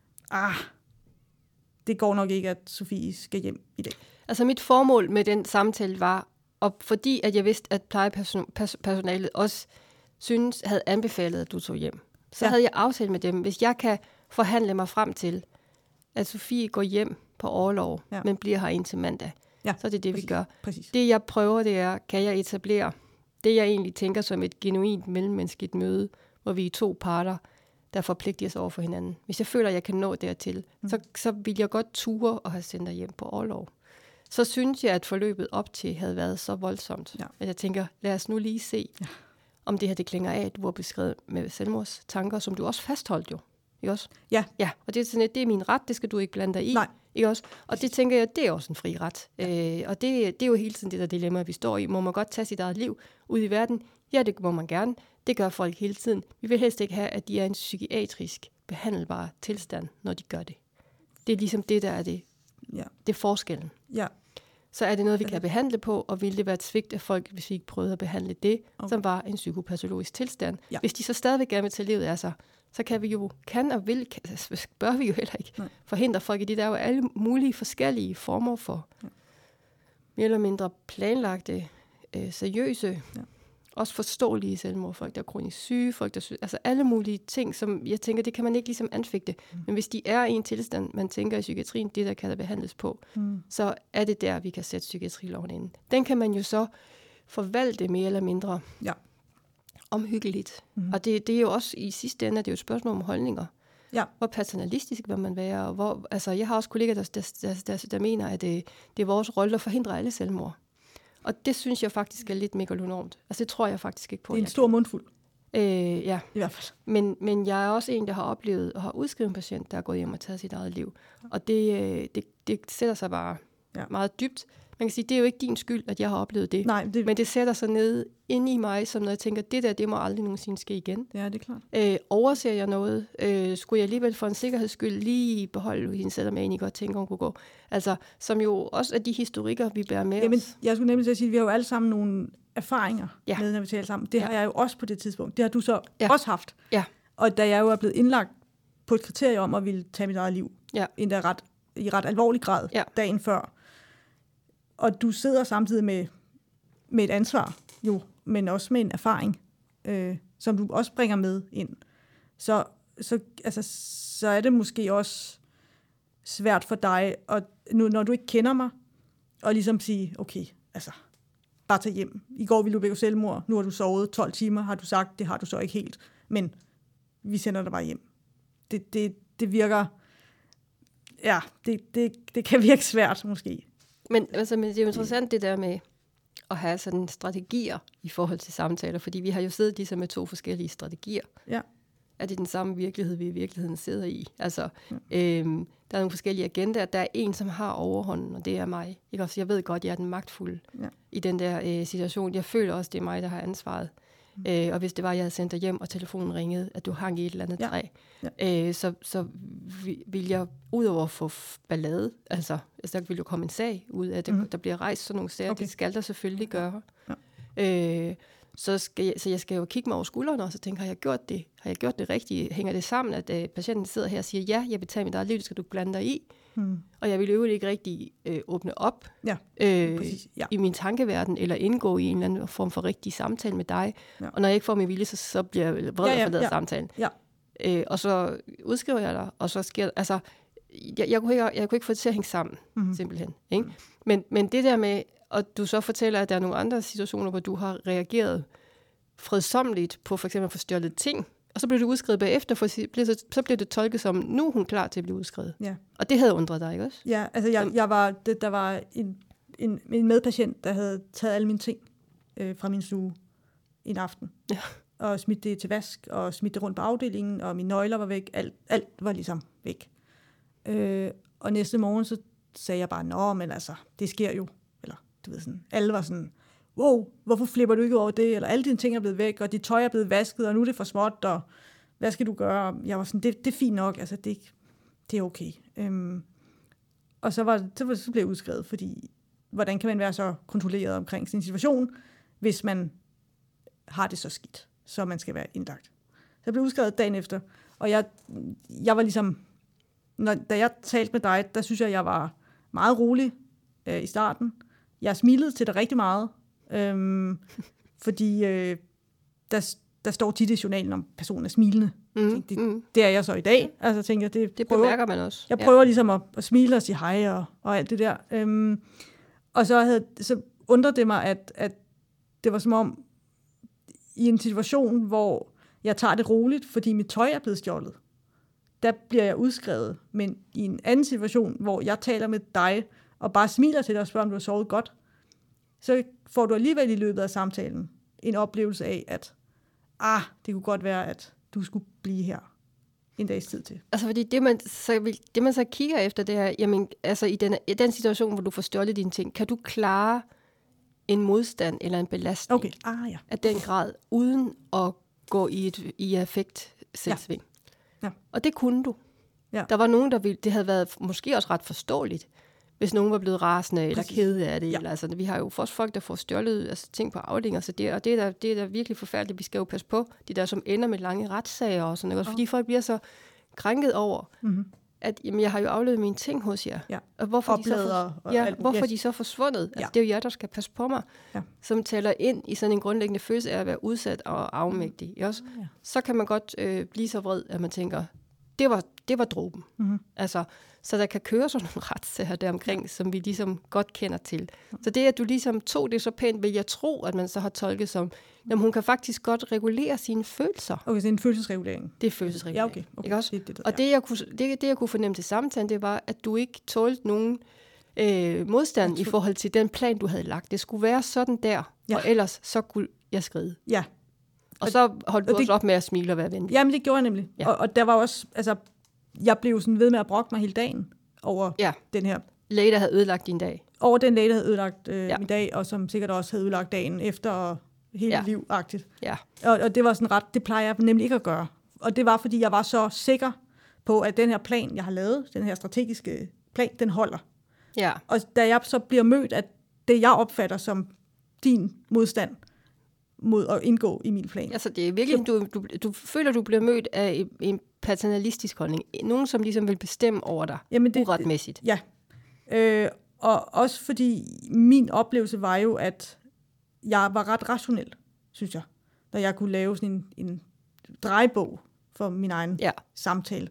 det går nok ikke, at Sofie skal hjem i dag. Altså mit formål med den samtale var, og fordi at jeg vidste, at plejepersonalet også havde anbefalet, at du tog hjem, så havde jeg aftalt med dem, hvis jeg kan forhandle mig frem til, at Sofie går hjem på orlov, men bliver her indtil mandag, så er det vi gør. Præcis. Det jeg prøver, det er, kan jeg etablere det, jeg egentlig tænker som et genuint mellemmenneskeligt møde, hvor vi er to parter, der forpligter sig over for hinanden. Hvis jeg føler, at jeg kan nå dertil, så vil jeg godt ture og have sendt dig hjem på orlov. Så synes jeg, at forløbet op til havde været så voldsomt, at jeg tænker, lad os nu lige se, om det her det klinger af, at du har beskrevet med selvmordstanker, som du også fastholdt jo. Ikke også? Ja. Ja, og det er sådan, at det er min ret, det skal du ikke blande dig i. Nej. Ikke også? Og det tænker jeg, det er også en fri ret. Og det er jo hele tiden det der dilemma, vi står i. Må man godt tage sit eget liv ud i verden? Ja, det må man gerne. Det gør folk hele tiden. Vi vil helst ikke have, at de er en psykiatrisk behandelbar tilstand, når de gør det. Det er ligesom det, der er det. Ja. Det er forskellen. Ja. Så er det noget, vi kan behandle på, og ville det være et svigt af folk, hvis vi ikke prøvede at behandle det, som var en psykopatologisk tilstand. Ja. Hvis de så stadigvæk gerne vil tage livet af sig, så kan vi jo, bør vi jo heller ikke forhindre folk i det. Der er jo alle mulige forskellige former for mere eller mindre planlagte, seriøse, også forståelige selvmord. Folk, der er kronisk syge, folk, der altså alle mulige ting, som jeg tænker, det kan man ikke ligesom anfægte. Men hvis de er i en tilstand, man tænker i psykiatrien, det der kan der behandles på, så er det der, vi kan sætte psykiatriloven ind. Den kan man jo så forvalte mere eller mindre omhyggeligt. Og det er jo også i sidste ende, det er jo et spørgsmål om holdninger. Ja. Hvor paternalistisk vil man være? Og hvor, altså, jeg har også kolleger, der mener, at det er vores rolle at forhindre alle selvmord. Og det synes jeg faktisk er lidt megalonormt. Altså det tror jeg faktisk ikke på. Det er en stor mundfuld. Ja. I hvert fald. Men jeg er også en, der har oplevet og har udskrevet en patient, der er gået hjem og taget sit eget liv. Og det sætter sig bare meget dybt. Man kan sige, det er jo ikke din skyld, at jeg har oplevet det. Nej, men det sætter sig ned inde i mig, som når jeg tænker, det må aldrig nogensinde ske igen. Ja, det er klart. Overser jeg noget? Skulle jeg alligevel for en sikkerheds skyld lige beholde hende, selvom jeg egentlig godt tænker, hun kunne gå? Altså, som jo også er de historikker, vi bærer med os. Jeg skulle nemlig sige, at vi har jo alle sammen nogle erfaringer med, når vi taler sammen. Det har jeg jo også på det tidspunkt. Det har du så også haft. Ja. Og da jeg jo er blevet indlagt på et kriterie om at ville tage mit eget liv, endda i ret alvorlig grad dagen før, og du sidder samtidig med et ansvar, jo, men også med en erfaring, som du også bringer med ind, så er det måske også svært for dig, og nu, når du ikke kender mig, og ligesom sige, okay, altså, bare tag hjem. I går ville du begå selvmord, nu har du sovet 12 timer, har du sagt, det har du så ikke helt, men vi sender dig bare hjem. Det virker, det kan virke svært måske. Men det er jo interessant det der med at have sådan strategier i forhold til samtaler, fordi vi har jo siddet ligesom med 2 forskellige strategier. Ja. Er det den samme virkelighed, vi i virkeligheden sidder i? Altså, der er nogle forskellige agendaer. Der er en, som har overhånden, og det er mig. Ikke? Også, jeg ved godt, jeg er den magtfulde i den der situation. Jeg føler også, det er mig, der har ansvaret. Og hvis det var, jeg havde sendt dig hjem, og telefonen ringede, at du hang i et eller andet træ, så vil jeg, udover at få ballade, altså der vil jo komme en sag ud af det, der bliver rejst sådan nogle sager, det skal der selvfølgelig gøre. Ja. Så jeg skal jo kigge mig over skuldrene, og så tænke, har jeg gjort det rigtigt? Hænger det sammen, at patienten sidder her og siger, ja, jeg vil tage mit eget liv, det skal du blande dig i. Og jeg vil jo ikke rigtig åbne op i min tankeverden, eller indgå i en eller anden form for rigtig samtale med dig. Ja. Og når jeg ikke får min vilje, så bliver jeg vred for den samtalen. Ja. Og så udskriver jeg dig, og så sker altså, jeg kunne ikke få det til at hænge sammen, simpelthen. Ikke? Men det der med, og du så fortæller, at der er nogle andre situationer, hvor du har reageret fredsomligt på for eksempel forstjålet ting, og så blev det udskrevet bagefter, for så blev det tolket som, nu er hun klar til at blive udskrevet. Ja. Og det havde undret dig, ikke også? Ja, altså der var en medpatient, der havde taget alle mine ting fra min stue en aften, og smidt det til vask, og smidt det rundt på afdelingen, og mine nøgler var væk, alt var ligesom væk. Og næste morgen, så sagde jeg bare, men altså, det sker jo. Eller, du ved sådan, alle var sådan, wow, hvorfor flipper du ikke over det? Eller alle dine ting er blevet væk, og dit tøj er blevet vasket, og nu er det for småt, og hvad skal du gøre? Jeg var sådan, det er fint nok, altså det er okay. Og så blev jeg udskrevet, fordi hvordan kan man være så kontrolleret omkring sin situation, hvis man har det så skidt, så man skal være indlagt. Så jeg blev udskrevet dagen efter, og jeg var ligesom, da jeg talte med dig, der synes jeg var meget rolig i starten. Jeg smilede til dig rigtig meget, fordi der står tit i journalen, om personen er smilende. Det er jeg så i dag. Altså, tænker jeg, det bemærker man også. Jeg prøver ligesom at smile og sige hej og alt det der. Og så undrede det mig, at det var som om, i en situation, hvor jeg tager det roligt, fordi mit tøj er blevet stjålet, der bliver jeg udskrevet. Men i en anden situation, hvor jeg taler med dig, og bare smiler til dig og spørger, om du har sovet godt, så får du alligevel i løbet af samtalen en oplevelse af, at det kunne godt være, at du skulle blive her en dags tid til. Altså fordi det man så kigger efter, det er, jamen, altså i den situation, hvor du får stjålet dine ting, kan du klare en modstand eller en belastning af den grad, uden at gå i affekt selvsving. Ja. Og det kunne du. Ja. Der var nogen, det havde været måske også ret forståeligt, hvis nogen var blevet rasende eller kede af det. Ja. Eller, altså, vi har jo også folk, der får stjålet ting på afdelinger, så det er der virkelig forfærdeligt. Vi skal jo passe på de der, som ender med lange retssager og sådan noget, fordi folk bliver så krænket over, at jamen, jeg har jo aflevet mine ting hos jer. Ja. Og hvorfor de så forsvundet? Altså, det er jo jer, der skal passe på mig, som taler ind i sådan en grundlæggende følelse af at være udsat og afmægtig. Også? Ja. Så kan man godt blive så vred, at man tænker, det var dråben. Altså, så der kan køre sådan nogle retssager deromkring, som vi ligesom godt kender til. Så det, at du ligesom tog det så pænt, vil jeg tro, at man så har tolket som, jamen hun kan faktisk godt regulere sine følelser. Okay, det er en følelsesregulering. Det er følelsesregulering. Ja, okay. Ikke også? Det, og det, jeg kunne fornemme til samtalen, det var, at du ikke tålte nogen modstand i forhold til den plan, du havde lagt. Det skulle være sådan der, og ellers så kunne jeg skride. Ja. Og så holdt du også op med at smile og være venlig. Jamen, det gjorde jeg nemlig. Ja. Og der var også, altså, jeg blev sådan ved med at brokke mig hele dagen over den her læge, der havde ødelagt din dag. Over den læge, der havde ødelagt min dag, og som sikkert også havde ødelagt dagen efter og hele liv-agtigt. Ja. Og det var sådan ret, det plejer jeg nemlig ikke at gøre. Og det var, fordi jeg var så sikker på, at den her plan, jeg har lavet, den her strategiske plan, den holder. Ja. Og da jeg så bliver mødt af det, jeg opfatter som din modstand mod at indgå i min plan. Altså det er virkelig, du føler, du bliver mødt af en paternalistisk holdning. Nogen, som ligesom vil bestemme over dig, uretmæssigt. Ja. Og også fordi min oplevelse var jo, at jeg var ret rationel, synes jeg, da jeg kunne lave sådan en drejebog for min egen samtale.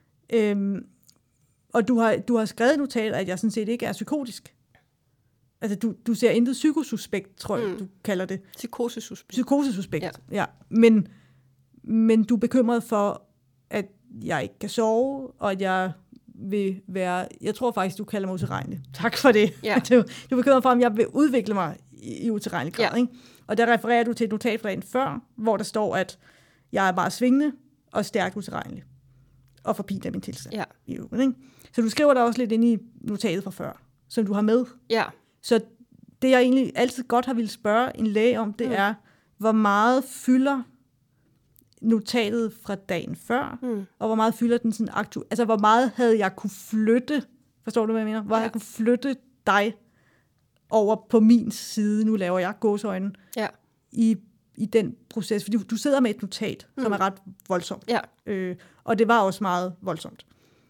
Og du har skrevet i notatet, at jeg sådan set ikke er psykotisk. Altså, du ser intet psykosuspekt, tror jeg, du kalder det. Psykosesuspekt, ja. Men du er bekymret for, at jeg ikke kan sove, og at jeg vil være... Jeg tror faktisk, du kalder mig utilregnelig. Tak for det. Ja. Du er bekymret for, om jeg vil udvikle mig i utilregnelig grad. Ikke? Og der refererer du til et notat fra dagen før, hvor der står, at jeg er meget svingende og stærkt utilregnelig. Og forpiner min tilstand. Ja. Ikke? Så du skriver der også lidt ind i notatet fra før, som du har med. Ja. Så det, jeg egentlig altid godt har ville spørge en læge om, det er, hvor meget fylder notatet fra dagen før, og hvor meget fylder den sådan aktuelt. Altså, hvor meget havde jeg kunne flytte, forstår du, hvad jeg mener? Hvor havde jeg kunne flytte dig over på min side, nu laver jeg gåseøjne, i den proces. Fordi du sidder med et notat, som er ret voldsomt. Ja. Og det var også meget voldsomt.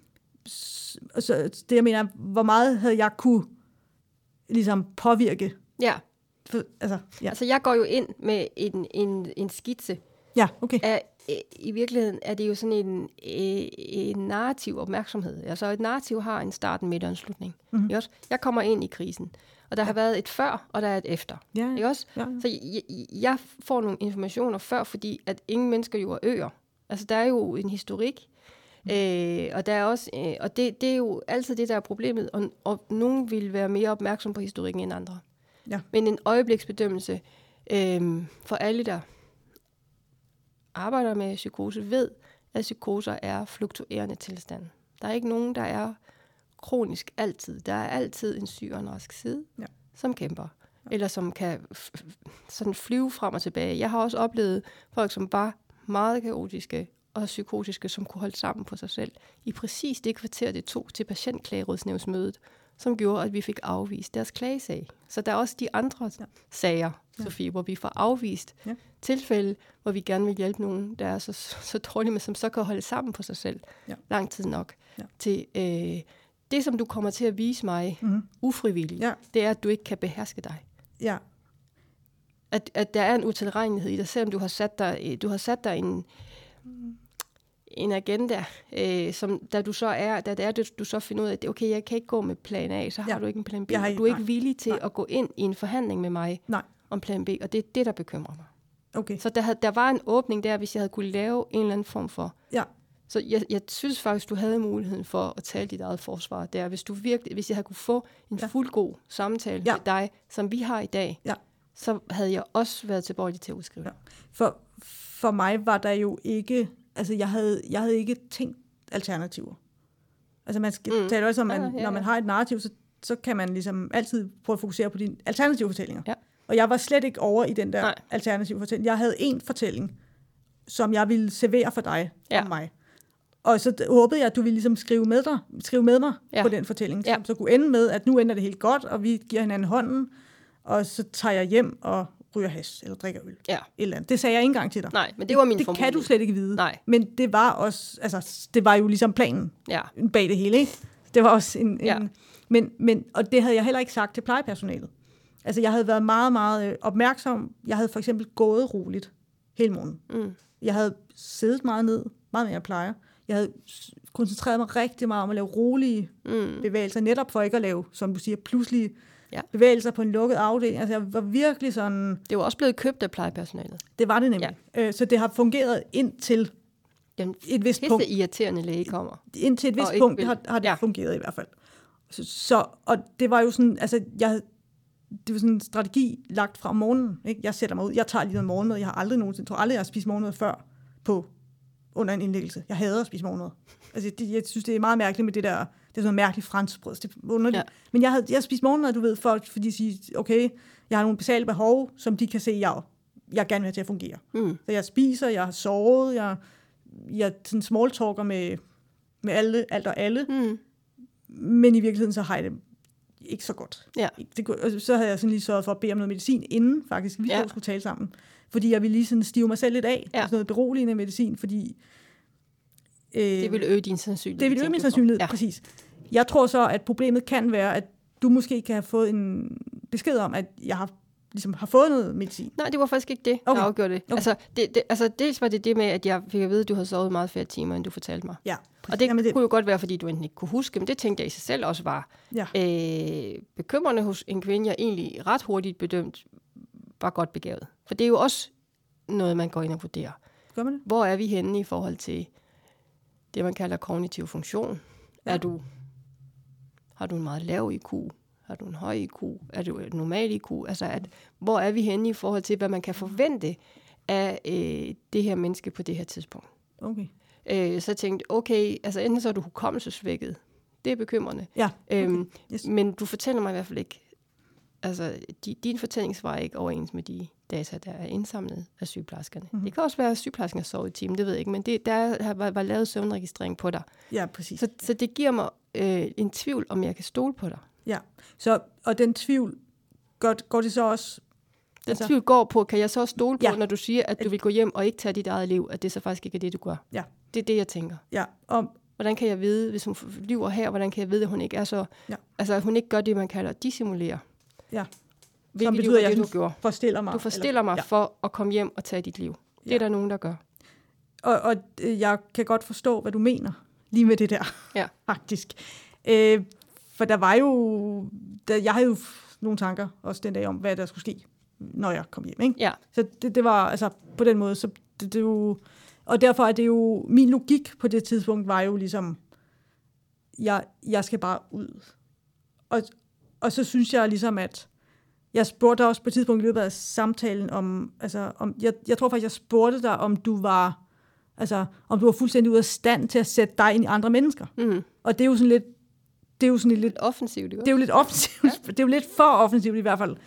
Så det, jeg mener, hvor meget havde jeg kunne ligesom påvirke? Ja. Altså, jeg går jo ind med en skitse. Ja, okay. I virkeligheden er det jo sådan en narrativ opmærksomhed. Altså, et narrativ har en start, en midt og en slutning. Mm-hmm. Ikke også? Jeg kommer ind i krisen, og der har været et før, og der er et efter. Ja. Ikke også? Ja. Så jeg får nogle informationer før, fordi at ingen mennesker jo er øer. Altså, der er jo en historik, og der er også, og det er jo altid det, der er problemet, og nogen vil være mere opmærksom på historikken end andre. Ja. Men en øjebliksbedømmelse for alle, der arbejder med psykose, ved, at psykoser er fluktuerende tilstand. Der er ikke nogen, der er kronisk altid. Der er altid en syg og en rask side, som kæmper, eller som kan sådan flyve frem og tilbage. Jeg har også oplevet folk, som var meget kaotiske og psykotiske, som kunne holde sammen på sig selv. I præcis det kvarter, det tog til patientklagerådsnævnsmødet, som gjorde, at vi fik afvist deres klagesag. Så der er også de andre sager, Sofie, hvor vi får afvist tilfælde, hvor vi gerne vil hjælpe nogen, der er så dårlige, men som så kan holde sammen på sig selv lang tid nok. Til det, som du kommer til at vise mig ufrivilligt, det er, at du ikke kan beherske dig. Ja. At der er en utilregnelighed i dig, selvom du har sat dig en agenda, som da du så finder ud af, at okay, jeg kan ikke gå med plan A, så har du ikke en plan B, og du er ikke villig til at gå ind i en forhandling med mig om plan B, og det er det, der bekymrer mig. Okay. Så der var en åbning der, hvis jeg havde kunne lave en eller anden form for... Ja. Så jeg synes faktisk, du havde muligheden for at tale dit eget forsvar der, hvis jeg havde kunne få en fuldgod samtale med dig, som vi har i dag, så havde jeg også været tilbøjelig til at udskrive. Ja. For mig var der jo ikke... Altså, jeg havde ikke tænkt alternativer. Altså, man skal tale også om, når man har et narrativ, så kan man ligesom altid prøve at fokusere på dine alternative fortællinger. Ja. Og jeg var slet ikke over i den der alternative fortælling. Jeg havde en fortælling, som jeg ville servere for dig og mig. Og så håbede jeg, at du ville ligesom skrive med mig på den fortælling, som så kunne ende med, at nu ender det helt godt, og vi giver hinanden hånden, og så tager jeg hjem og ryger hash, eller drikker øl. Ja. Eller andet. Det sagde jeg ikke engang til dig. Nej, men det var min formodning. Det kan du slet ikke vide. Nej. Men det var også, altså, det var jo ligesom planen bag det hele, ikke? Det var også men og det havde jeg heller ikke sagt til plejepersonalet. Altså, jeg havde været meget, meget opmærksom. Jeg havde for eksempel gået roligt hele morgen. Jeg havde siddet meget ned, meget mere jeg plejer. Jeg havde koncentreret mig rigtig meget om at lave rolige bevægelser, netop for ikke at lave, som du siger, pludselige bevægelser på en lukket afdeling. Altså, jeg var virkelig sådan... Det var også blevet købt af plejepersonalet. Det var det nemlig. Ja. Så det har fungeret indtil et vist punkt. Den irriterende læge kommer. Indtil et vist punkt har det fungeret i hvert fald. Og det var jo sådan, altså, det var sådan en strategi lagt fra morgenen. Ikke? Jeg sætter mig ud, jeg tager lige noget morgenmad. Jeg har aldrig nogensinde, jeg har spist morgenmad før under en indlæggelse. Jeg hader at spise morgenmad. Altså, jeg synes, det er meget mærkeligt med det sådan noget mærkeligt franskbrød. Det er underligt. Ja. Men jeg spiste morgenmad, du ved, fordi de siger, okay, jeg har nogle basale behov, som de kan se, jeg gerne vil have til at fungere. Så jeg spiser, jeg har sovet, jeg sådan smalltalker med alt og alle. Men i virkeligheden, så har jeg det ikke så godt. Ja. Så havde jeg sådan lige sørget for at bede om noget medicin, inden faktisk vi skulle tale sammen. Fordi jeg ville lige sådan stive mig selv lidt af. Sådan noget beroligende medicin, fordi... det vil øge din sandsynlighed. Det vil øge min sandsynlighed, præcis. Jeg tror så, at problemet kan være, at du måske kan have fået en besked om, at jeg har fået noget medicin. Nej, det var faktisk ikke det, der afgjorde det. Okay. Dels var det med, at jeg fik at vide, at du havde sovet meget flere timer, end du fortalte mig. Ja. Og det kunne jo godt være, fordi du enten ikke kunne huske, men det tænkte jeg i sig selv også var bekymrende hos en kvinde, jeg egentlig ret hurtigt bedømt var godt begavet. For det er jo også noget, man går ind og vurderer. Gør man det? Hvor er vi henne i forhold til det, man kalder kognitiv funktion? Ja. Har du en meget lav IQ? Har du en høj IQ? Er du et normal IQ? Altså, hvor er vi henne i forhold til, hvad man kan forvente af det her menneske på det her tidspunkt? Okay. Så jeg tænkte, okay, altså enten så er du hukommelsesvækket. Det er bekymrende. Ja. Okay. Men du fortæller mig i hvert fald ikke, altså din fortælling svarer ikke overens med de data, der er indsamlet af sygeplejerskerne. Det kan også være, at sygeplejerskerne sover i timen, det ved jeg ikke, men der var lavet søvnregistrering på dig. Ja, præcis. Så det giver mig en tvivl, om jeg kan stole på dig. Ja, og den tvivl, går det så også... Den tvivl går på, kan jeg så stole på, når du siger, at du vil gå hjem og ikke tage dit eget liv, at det så faktisk ikke er det, du gør? Ja. Det er det, jeg tænker. Ja. Hvordan kan jeg vide, hvis hun lyver her, hvordan kan jeg vide, at hun ikke er så... Ja. Altså, at hun ikke gør det, man kalder dissimulere. Ja. Som betyder, at jeg forstiller mig. Du forstiller mig for at komme hjem og tage dit liv. Det er der nogen, der gør. Og jeg kan godt forstå, hvad du mener, lige med det der, faktisk. For der var jo... Jeg havde jo nogle tanker også den dag om, hvad der skulle ske, når jeg kom hjem. Ikke? Ja. Så det var altså på den måde... Så det jo, og derfor er det jo... Min logik på det tidspunkt var jo ligesom... Jeg skal bare ud. Og så synes jeg ligesom, at... Jeg spurgte også på et tidspunkt i løbet af samtalen om... Jeg tror faktisk, jeg spurgte dig, om du var fuldstændig ude af stand til at sætte dig ind i andre mennesker. Og det er jo sådan lidt... Det er jo sådan lidt offensivt. Det er jo lidt offensivt. Ja. Det er jo lidt for offensivt i hvert fald.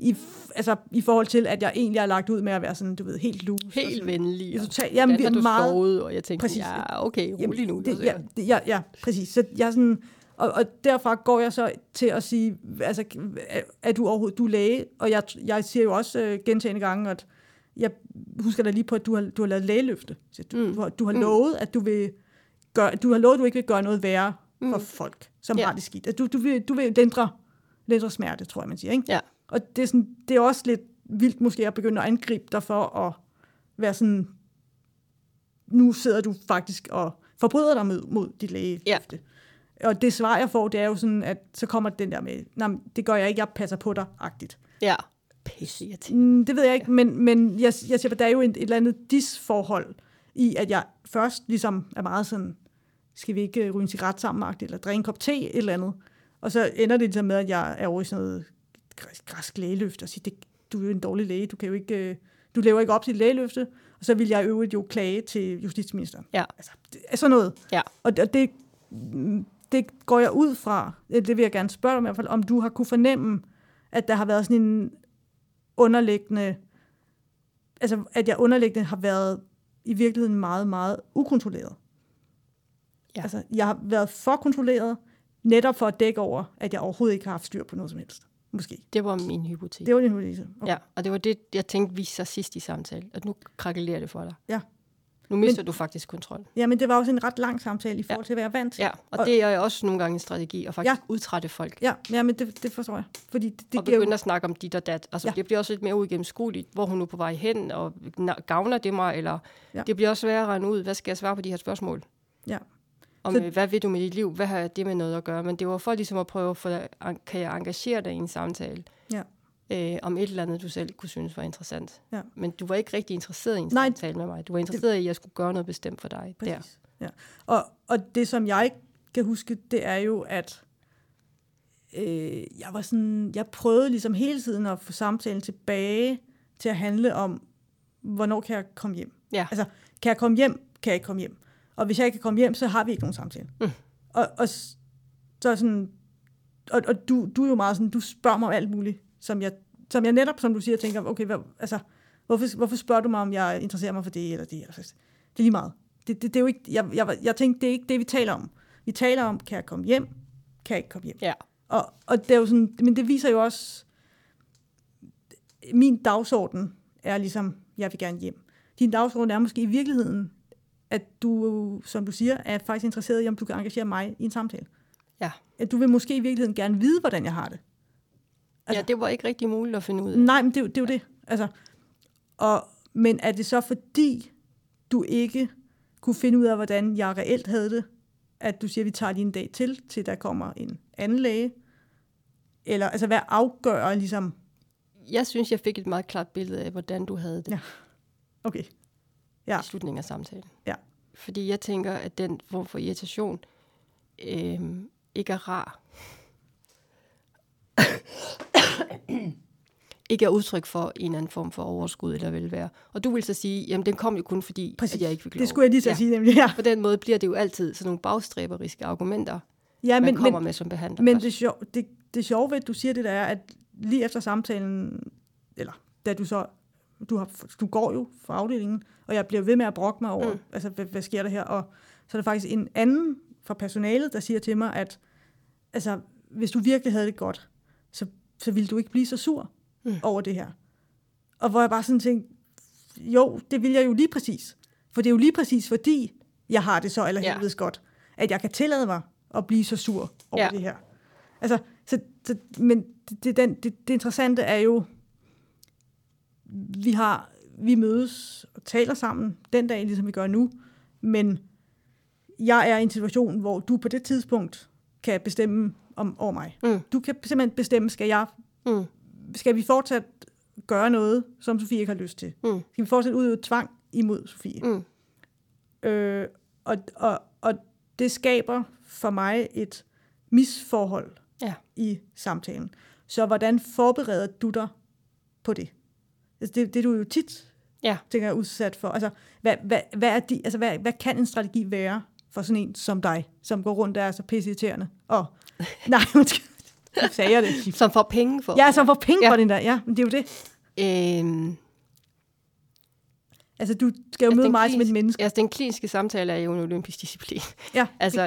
I forhold til, at jeg egentlig har lagt ud med at være sådan, du ved, helt loose. Helt venlig. Jamen, har du meget... sovet, og jeg tænkte, præcis, okay, rolig nu. Ja, præcis. Så jeg sådan... Og derfra går jeg så til at sige, altså, er du overhovedet, du er læge? Og jeg siger jo også gentagne gange, at jeg husker da lige på, at du har lavet lægeløfte. Du har lovet, at du ikke vil gøre noget værre for folk, som har det skidt. At du vil lindre smerte, tror jeg, man siger. Ikke? Ja. Og det er også lidt vildt måske at begynde at angribe dig for at være sådan, nu sidder du faktisk og forbryder dig mod dit lægeløfte. Ja. Og det svar, jeg får, det er jo sådan, at så kommer den der med, nej, det gør jeg ikke, jeg passer på dig-agtigt. Ja, pisse. Det ved jeg ikke, men jeg siger, at der er jo et eller andet disforhold i, at jeg først ligesom er meget sådan, skal vi ikke ryge en cigaret sammen, eller drikke en kop te, et eller andet. Og så ender det ligesom med, at jeg er over i sådan noget græsk lægeløfte, og siger, du er jo en dårlig læge, du lever ikke op til dit lægeløfte, og så vil jeg øvrigt jo klage til justitsministeren. Ja. Altså, sådan noget. Ja. Og det går jeg ud fra, det vil jeg gerne spørge dig om i hvert fald, om du har kunne fornemme, at der har været sådan en underliggende, altså at jeg underliggende har været i virkeligheden meget, meget ukontrolleret. Ja. Altså, jeg har været for kontrolleret, netop for at dække over, at jeg overhovedet ikke har haft styr på noget som helst. Måske. Det var min hypotese. Det var din hypotese. Okay. Ja, og det var det, jeg tænkte viste sig sidst i samtalen, at nu krakelerer det for dig. Ja. Nu mister du faktisk kontrol. Ja, men det var også en ret lang samtale i forhold til, hvad jeg er vant til. Ja, og det er også nogle gange en strategi, at faktisk udtrætte folk. Ja, men det forstår jeg. Fordi det og begynde at snakke om dit og dat. Altså, det bliver også lidt mere uigennemskueligt, hvor hun nu er på vej hen, og gavner det mig, eller det bliver også sværere at regne ud, hvad skal jeg svare på de her spørgsmål? Ja. Hvad vil du med dit liv? Hvad har det med noget at gøre? Men det var for ligesom at prøve, kan jeg engagere dig i en samtale? Ja. Om et eller andet, du selv kunne synes var interessant. Ja. Men du var ikke rigtig interesseret i en samtale med mig. Du var interesseret i, at jeg skulle gøre noget bestemt for dig. Præcis. Der. Ja. Og det, som jeg kan huske, det er jo, at jeg prøvede ligesom hele tiden at få samtalen tilbage til at handle om, hvornår kan jeg komme hjem? Ja. Altså, kan jeg komme hjem? Kan jeg ikke komme hjem? Og hvis jeg ikke kan komme hjem, så har vi ikke nogen samtale. Så sådan, og du er jo meget sådan, du spørger mig om alt muligt, som jeg netop, som du siger, tænker, okay, hvorfor spørger du mig, om jeg interesserer mig for det eller det? Eller, det er lige meget. Det er jo ikke, jeg tænkte, det er ikke det, vi taler om. Vi taler om, kan jeg komme hjem? Kan jeg ikke komme hjem? Ja. Og det er jo sådan, men det viser jo også, min dagsorden er ligesom, jeg vil gerne hjem. Din dagsorden er måske i virkeligheden, at du, som du siger, er faktisk interesseret i, om du kan engagere mig i en samtale. Ja. At du vil måske i virkeligheden gerne vide, hvordan jeg har det. Altså, ja, det var ikke rigtig muligt at finde ud af. Nej, men det er jo det. Altså, men er det så fordi, du ikke kunne finde ud af, hvordan jeg reelt havde det, at du siger, at vi tager lige en dag til der kommer en anden læge? Eller altså, hvad afgør ligesom? Jeg synes, jeg fik et meget klart billede af, hvordan du havde det. Ja. Okay. Ja. I slutningen af samtalen. Ja. Fordi jeg tænker, at den form for irritation ikke er rar. Ikke er udtryk for en eller anden form for overskud eller velvære. Og du vil så sige, jamen den kom jo kun fordi, at jeg ikke fik lov. Det skulle jeg lige så sige nemlig, ja. På den måde bliver det jo altid sådan nogle bagstræberiske argumenter, man kommer med som behandler. Men det sjove ved, at du siger det, der er, at lige efter samtalen, eller da du så, du går jo fra afdelingen, og jeg bliver ved med at brokke mig over, altså hvad sker der her, og så er der faktisk en anden fra personalet, der siger til mig, at altså, hvis du virkelig havde det godt, så ville du ikke blive så sur over det her. Og hvor jeg bare sådan tænkte, jo, det vil jeg jo lige præcis. For det er jo lige præcis, fordi jeg har det så allerhelvedes godt, at jeg kan tillade mig at blive så sur over det her. Altså, men det interessante er jo, vi mødes og taler sammen den dag, ligesom vi gør nu, men jeg er i en situation, hvor du på det tidspunkt kan bestemme over mig. Du kan simpelthen bestemme, skal vi fortsat gøre noget, som Sofie ikke har lyst til? Skal vi fortsat udøve tvang imod Sofie? Og det skaber for mig et misforhold i samtalen. Så hvordan forbereder du dig på det? Altså det er du jo tit, tænker jeg, udsat for. Altså, hvad kan en strategi være for sådan en som dig, som går rundt der og er så pisseirriterende? Nej, måske sagde jeg det. Som får penge for. Ja, som får penge for den der. Ja, men det er jo det. Altså, du skal jo møde mig som et menneske. Altså, den kliniske samtale er jo en olympisk disciplin. Ja. Altså,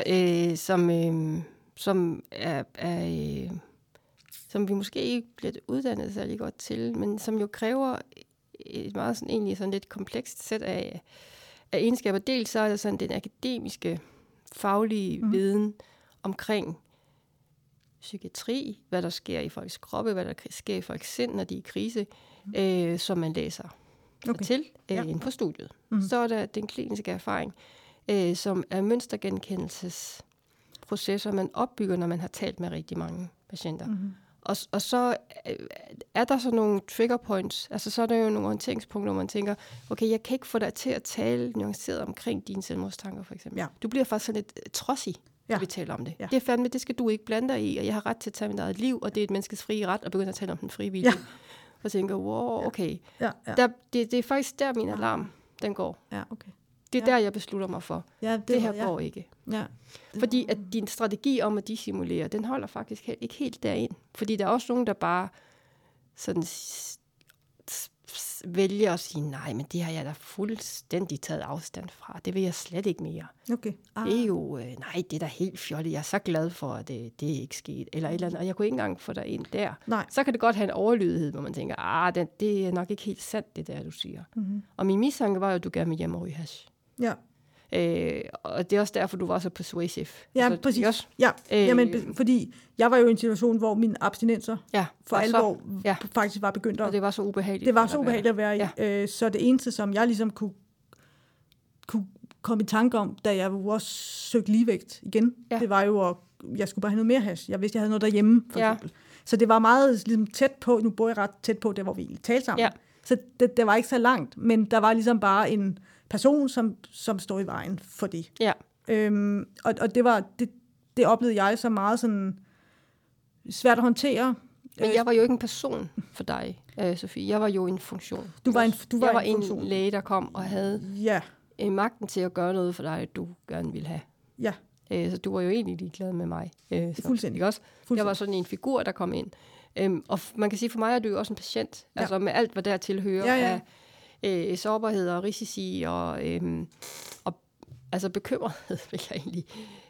som vi måske ikke bliver uddannet særlig godt til, men som jo kræver et meget sådan, egentlig sådan lidt komplekst sæt af egenskaber. Dels så er der sådan den akademiske, faglige viden omkring psykiatri, hvad der sker i folks kroppe, hvad der sker i folks sind, når de er i krise, som man læser til inden på studiet. Så er der den kliniske erfaring, som er mønstergenkendelsesprocesser, man opbygger, når man har talt med rigtig mange patienter. Og så er der så nogle trigger points, altså så er der jo nogle orienteringspunkter, hvor man tænker, okay, jeg kan ikke få dig til at tale nuanceret omkring dine selvmordstanker, for eksempel. Ja. Du bliver faktisk sådan lidt trodsig, når vi taler om det. Ja. Det er fandme, det skal du ikke blande dig i, og jeg har ret til at tage mit eget liv, og det er et menneskes frie ret, at begynde at tale om den frie vilje. Ja. Og tænker, wow, okay. Ja. Det er faktisk der, min alarm, den går. Ja, okay. Det er der, jeg beslutter mig for. Ja, det her går ikke. Ja. Fordi at din strategi om at dissimulere, den holder faktisk ikke helt derind. Fordi der er også nogen, der bare sådan vælger at sige, nej, men det har jeg da fuldstændig taget afstand fra. Det vil jeg slet ikke mere. Okay. Det er jo, nej, det er da helt fjollet. Jeg er så glad for, at det er ikke sket. Eller et eller andet. Og jeg kunne ikke engang få dig ind der. Nej. Så kan det godt have en overlydighed, hvor man tænker, det er nok ikke helt sandt, det der, du siger. Og min mistanke var jo, at du gerne vil hjem og ryge hash. Ja. Og det er også derfor, du var så persuasive. Ja, altså, præcis. Jamen, fordi jeg var jo i en situation, hvor mine abstinenser for alvor faktisk var begyndt at... Og det var så ubehageligt. Det var så ubehageligt at være i. Ja. Så det eneste, som jeg ligesom kunne komme i tanke om, da jeg jo også søgte ligevægt igen, det var jo, at jeg skulle bare have noget mere hash. Jeg vidste, jeg havde noget derhjemme, for eksempel. Så det var meget ligesom, tæt på, nu bor jeg ret tæt på, der hvor vi egentlig talte sammen. Ja. Så det var ikke så langt, men der var ligesom bare en person, som står i vejen for det. Ja. Og det oplevede jeg så meget sådan svært at håndtere. Men jeg var jo ikke en person for dig, Sofie. Jeg var jo en funktion. Du var en funktion. En læge, der kom og havde magten til at gøre noget for dig, du gerne ville have. Ja. Så du var jo egentlig ligeglad med mig. Fuldstændig. Ikke også? Fuldstændig. Jeg var sådan en figur, der kom ind. Og man kan sige, for mig er du jo også en patient. Ja. Altså med alt, hvad der tilhører af sårbarhed og risici og altså bekymrethed, vil jeg egentlig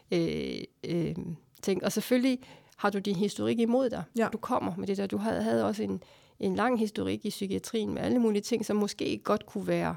tænke. Og selvfølgelig har du din historik imod dig. Ja. Du kommer med det der. Du havde også en lang historik i psykiatrien med alle mulige ting, som måske godt kunne være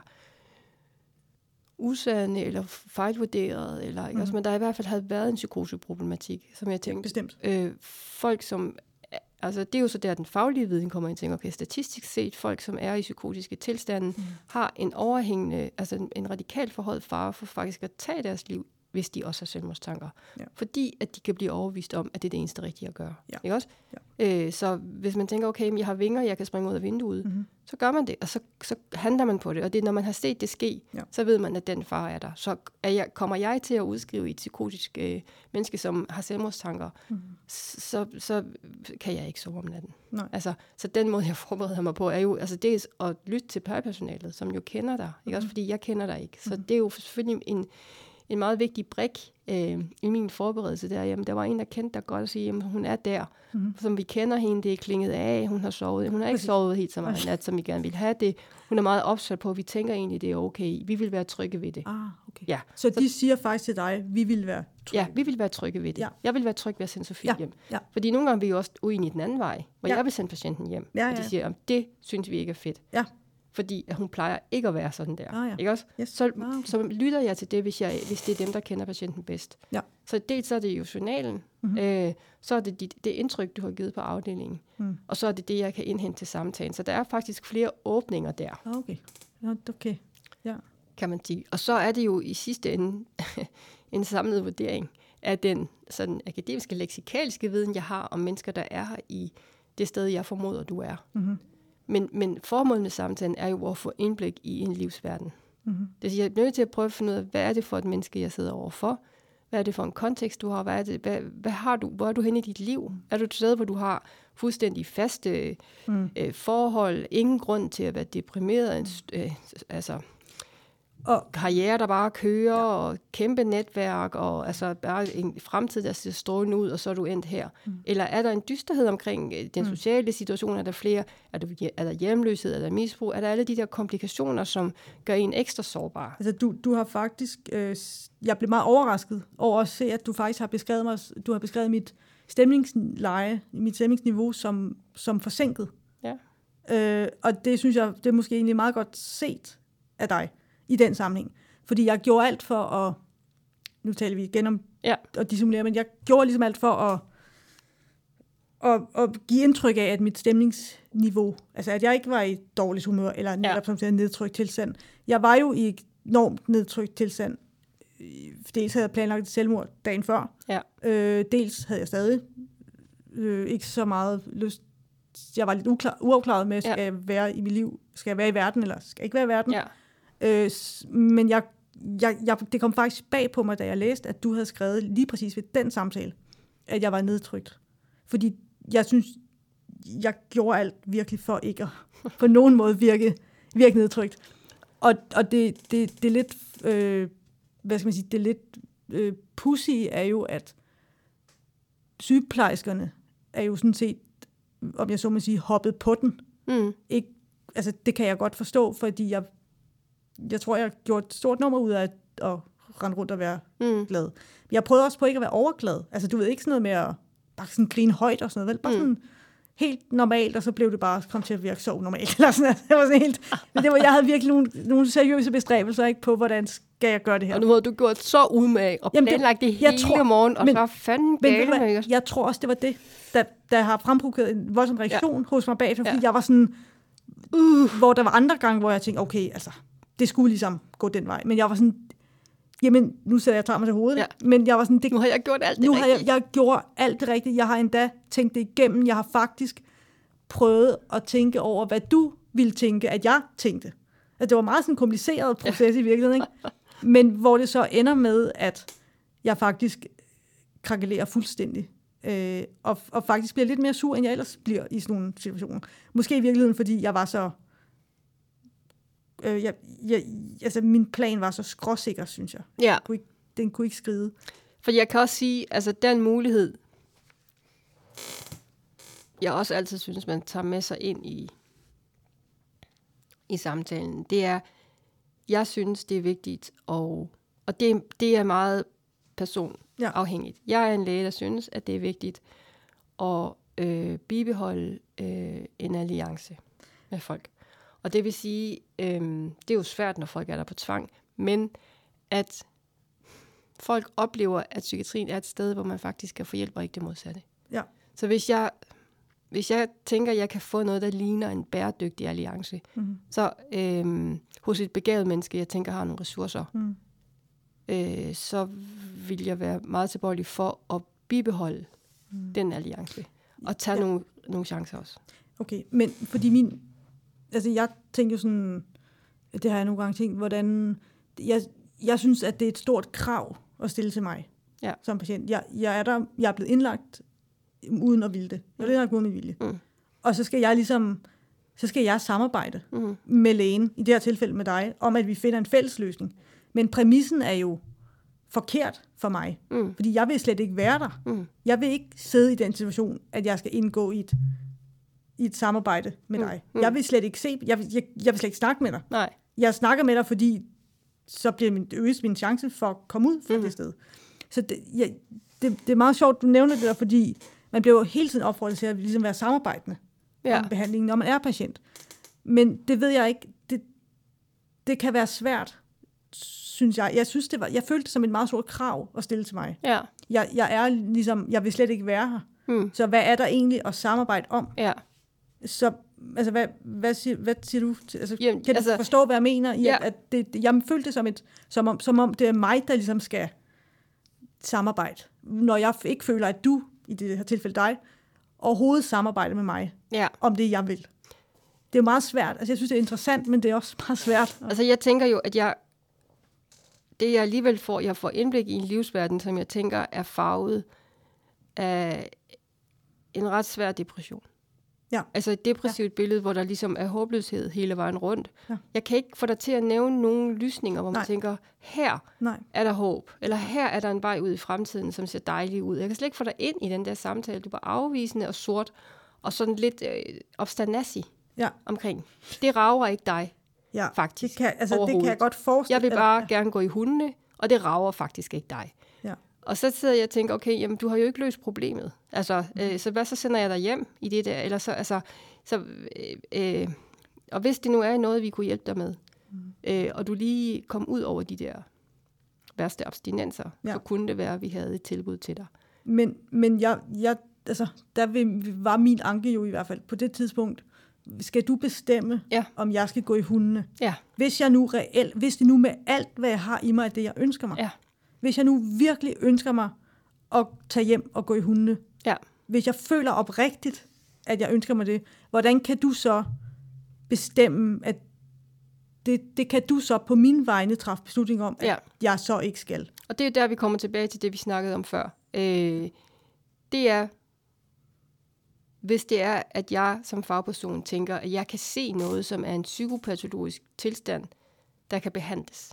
usande eller fejlvurderet, eller ikke også, men der i hvert fald havde været en psykoseproblematik, som jeg tænkte. Bestemt. Folk, som altså det er jo så der, den faglige viden kommer ind og tænker, okay, statistisk set, folk, som er i psykotiske tilstande, har en overhængende, altså en radikalt forhøjet fare for faktisk at tage deres liv, hvis de også har selvmordstanker. Ja. Fordi at de kan blive overbevist om, at det er det eneste rigtige at gøre. Ja. Ikke også? Ja. Så hvis man tænker, okay, jeg har vinger, jeg kan springe ud af vinduet, så gør man det, og så handler man på det. Og det, når man har set det ske, så ved man, at den fare er der. Så kommer jeg til at udskrive et psykotisk menneske, som har selvmordstanker, så kan jeg ikke sove om natten. Altså, så den måde, jeg forbereder mig på, er jo altså dels at lytte til plejepersonalet, som jo kender dig. Ikke også? Fordi jeg kender dig ikke. Så det er jo selvfølgelig en meget vigtig brik i min forberedelse der. Jamen, der var en, der kendte dig godt og sige, jamen, hun er der. Som vi kender hende, det er klinget af, hun har sovet. Hun har ikke sovet helt så meget nat, som vi gerne vil have det. Hun er meget opsat på, at vi tænker egentlig, det er okay. Vi vil være trygge ved det. Okay. Ja. Så de siger faktisk til dig, vi vil være trygge. Ja, vi vil være trygge ved det. Ja. Jeg vil være tryg ved at sende Sofie hjem. Ja. Fordi nogle gange er vi jo også uenige den anden vej, hvor jeg vil sende patienten hjem. Og de siger, det synes vi ikke er fedt. Ja. Fordi at hun plejer ikke at være sådan der. Ikke også? Yes. Så lytter jeg til det, hvis det er dem, der kender patienten bedst. Ja. Så dels så er det jo journalen, så er det det indtryk, du har givet på afdelingen, og så er det det, jeg kan indhente til samtalen. Så der er faktisk flere åbninger der. Okay. Ja. Kan man sige. Og så er det jo i sidste ende en samlet vurdering af den sådan akademiske, leksikalske viden, jeg har om mennesker, der er her i det sted, jeg formoder, du er. Men formålet med samtalen er jo at få indblik i en livsverden. Det siger, jeg er nødt til at prøve at finde ud af, hvad er det for et menneske, jeg sidder overfor? Hvad er det for en kontekst, du har? Hvad har du? Hvor er du henne i dit liv? Er du et sted, hvor du har fuldstændig faste forhold? Ingen grund til at være deprimeret? Og karriere, der bare kører, og kæmpe netværk, og altså bare en fremtid, der ser strålende ud, og så er du endt her. Eller er der en dysterhed omkring den sociale situation? Er der flere? Er der hjemløshed? Er der misbrug? Er der alle de der komplikationer, som gør en ekstra sårbar? Altså du har faktisk, jeg blev meget overrasket over at se, at du faktisk har beskrevet mit stemningsleje, mit stemningsniveau som forsinket. Ja. Og det synes jeg, det er måske egentlig meget godt set af dig i den sammenhæng. Fordi jeg gjorde alt for at, nu taler vi igen om at dissimulere, men jeg gjorde ligesom alt for at give indtryk af, at mit stemningsniveau, altså at jeg ikke var i dårligt humør, eller netop som en nedtrykt tilstand. Jeg var jo i enormt nedtrykt tilstand. Dels havde jeg planlagt et selvmord dagen før. Ja. Dels havde jeg stadig ikke så meget lyst. Jeg var lidt uafklaret med, skal jeg være i mit liv? Skal jeg være i verden, eller skal jeg ikke være i verden? Ja. Men det kom faktisk bag på mig, da jeg læste, at du havde skrevet lige præcis ved den samtale, at jeg var nedtrykt. Fordi jeg synes, jeg gjorde alt virkelig for ikke at på nogen måde virke nedtrykt. Og det er lidt, hvad skal man sige, det er lidt pussy er jo, at sygeplejerskerne er jo sådan set, om jeg så må sige, hoppet på den. Ikke, altså det kan jeg godt forstå, fordi jeg tror, jeg har gjort et stort nummer ud af at rende rundt og være glad. Jeg prøvede også på ikke at være overglad. Altså, du ved ikke sådan noget med at bare sådan grine højt og sådan noget. Vel? Bare sådan helt normalt, og så blev det bare kom til at virke så normalt. Eller sådan, det var sådan helt, men jeg havde virkelig nogle seriøse bestræbelser ikke på, hvordan skal jeg gøre det her. Og nu havde du gjort så udmærket og planlagt det hele morgen, og så fanden gale. Jeg tror også, det var det, der har fremprovokeret en voldsom reaktion hos mig bagefter, fordi jeg var sådan, hvor der var andre gange, hvor jeg tænkte, okay, altså, det skulle ligesom gå den vej. Men jeg var sådan, jamen, nu sætter jeg tager mig til hovedet. Ja. Men jeg var sådan, nu har jeg gjort alt det rigtige. Jeg gjorde alt det rigtige. Jeg har endda tænkt det igennem. Jeg har faktisk prøvet at tænke over, hvad du ville tænke, at jeg tænkte. Altså, det var meget sådan en kompliceret proces i virkeligheden, ikke? Men hvor det så ender med, at jeg faktisk krakelerer fuldstændig. Og faktisk bliver lidt mere sur, end jeg ellers bliver i sådan nogle situationer. Måske i virkeligheden, fordi jeg var så altså min plan var så skråsikker, synes jeg. Ja. Den kunne ikke skride. For jeg kan også sige, altså den mulighed, jeg også altid synes, man tager med sig ind i samtalen, det er, jeg synes, det er vigtigt, og det er meget personafhængigt. Jeg er en læge, der synes, at det er vigtigt at bibeholde en alliance med folk. Og det vil sige, det er jo svært, når folk er der på tvang, men at folk oplever, at psykiatrien er et sted, hvor man faktisk kan få hjælp, og ikke det modsatte. Ja. Så hvis jeg tænker, at jeg kan få noget, der ligner en bæredygtig alliance, så hos et begavet menneske, jeg tænker har nogle ressourcer, så vil jeg være meget tilbøjelig for at bibeholde den alliance, og tage nogle chancer også. Okay, men fordi jeg tænker jo sådan, det har jeg nogle gange tænkt, hvordan, jeg synes, at det er et stort krav at stille til mig som patient. Jeg er blevet indlagt uden at ville det. Jeg er blevet indlagt uden min vilje. Og så skal jeg samarbejde med lægen, i det her tilfælde med dig, om at vi finder en fælles løsning. Men præmissen er jo forkert for mig, fordi jeg vil slet ikke være der. Jeg vil ikke sidde i den situation, at jeg skal indgå i et samarbejde med dig. Jeg vil slet ikke jeg vil slet ikke snakke med dig. Nej. Jeg snakker med dig, fordi så bliver min chance for at komme ud fra det sted. Så det er meget sjovt, du nævner det der, fordi man bliver jo hele tiden opfordret til at ligesom være samarbejdende om behandlingen, når man er patient. Men det ved jeg ikke. Det kan være svært, synes jeg. Jeg følte det som et meget stort krav at stille til mig. Ja. Jeg vil slet ikke være her. Så hvad er der egentlig at samarbejde om? Ja. Så altså, hvad siger du? Altså, kan du forstå, hvad jeg mener? Jeg følte det som om det er mig, der ligesom skal samarbejde. Når jeg ikke føler, at du, i det her tilfælde dig, overhovedet samarbejder med mig om det, jeg vil. Det er jo meget svært. Altså, jeg synes, det er interessant, men det er også meget svært. Altså, jeg tænker jo, at jeg alligevel får indblik i en livsverden, som jeg tænker er farvet af en ret svær depression. Ja. Altså et depressivt billede, hvor der ligesom er håbløshed hele vejen rundt. Ja. Jeg kan ikke få dig til at nævne nogle lysninger, hvor man tænker, her er der håb, eller her er der en vej ud i fremtiden, som ser dejlig ud. Jeg kan slet ikke få dig ind i den der samtale. Du er bare afvisende og sort, og sådan lidt opstandasig omkring. Det rager ikke dig, faktisk, det kan jeg godt forestille. Jeg vil bare gerne gå i hundene, og det rager faktisk ikke dig. Ja. Og så sidder jeg og tænker, okay, jamen, du har jo ikke løst problemet. Altså, så hvad så sender jeg dig hjem i det der? Eller så, og hvis det nu er noget, vi kunne hjælpe dig med, og du lige kom ud over de der værste abstinenser, så kunne det være, at vi havde et tilbud til dig. Men der var min anke jo i hvert fald på det tidspunkt, skal du bestemme, om jeg skal gå i hundene? Ja. Hvis det nu med alt, hvad jeg har i mig, er det, jeg ønsker mig. Ja. Hvis jeg nu virkelig ønsker mig at tage hjem og gå i hundene, hvis jeg føler oprigtigt, at jeg ønsker mig det, hvordan kan du så bestemme, at det kan du så på min vegne træffe beslutning om, at jeg så ikke skal? Og det er der, vi kommer tilbage til det, vi snakkede om før. Det er, hvis det er, at jeg som fagperson tænker, at jeg kan se noget, som er en psykopatologisk tilstand, der kan behandles.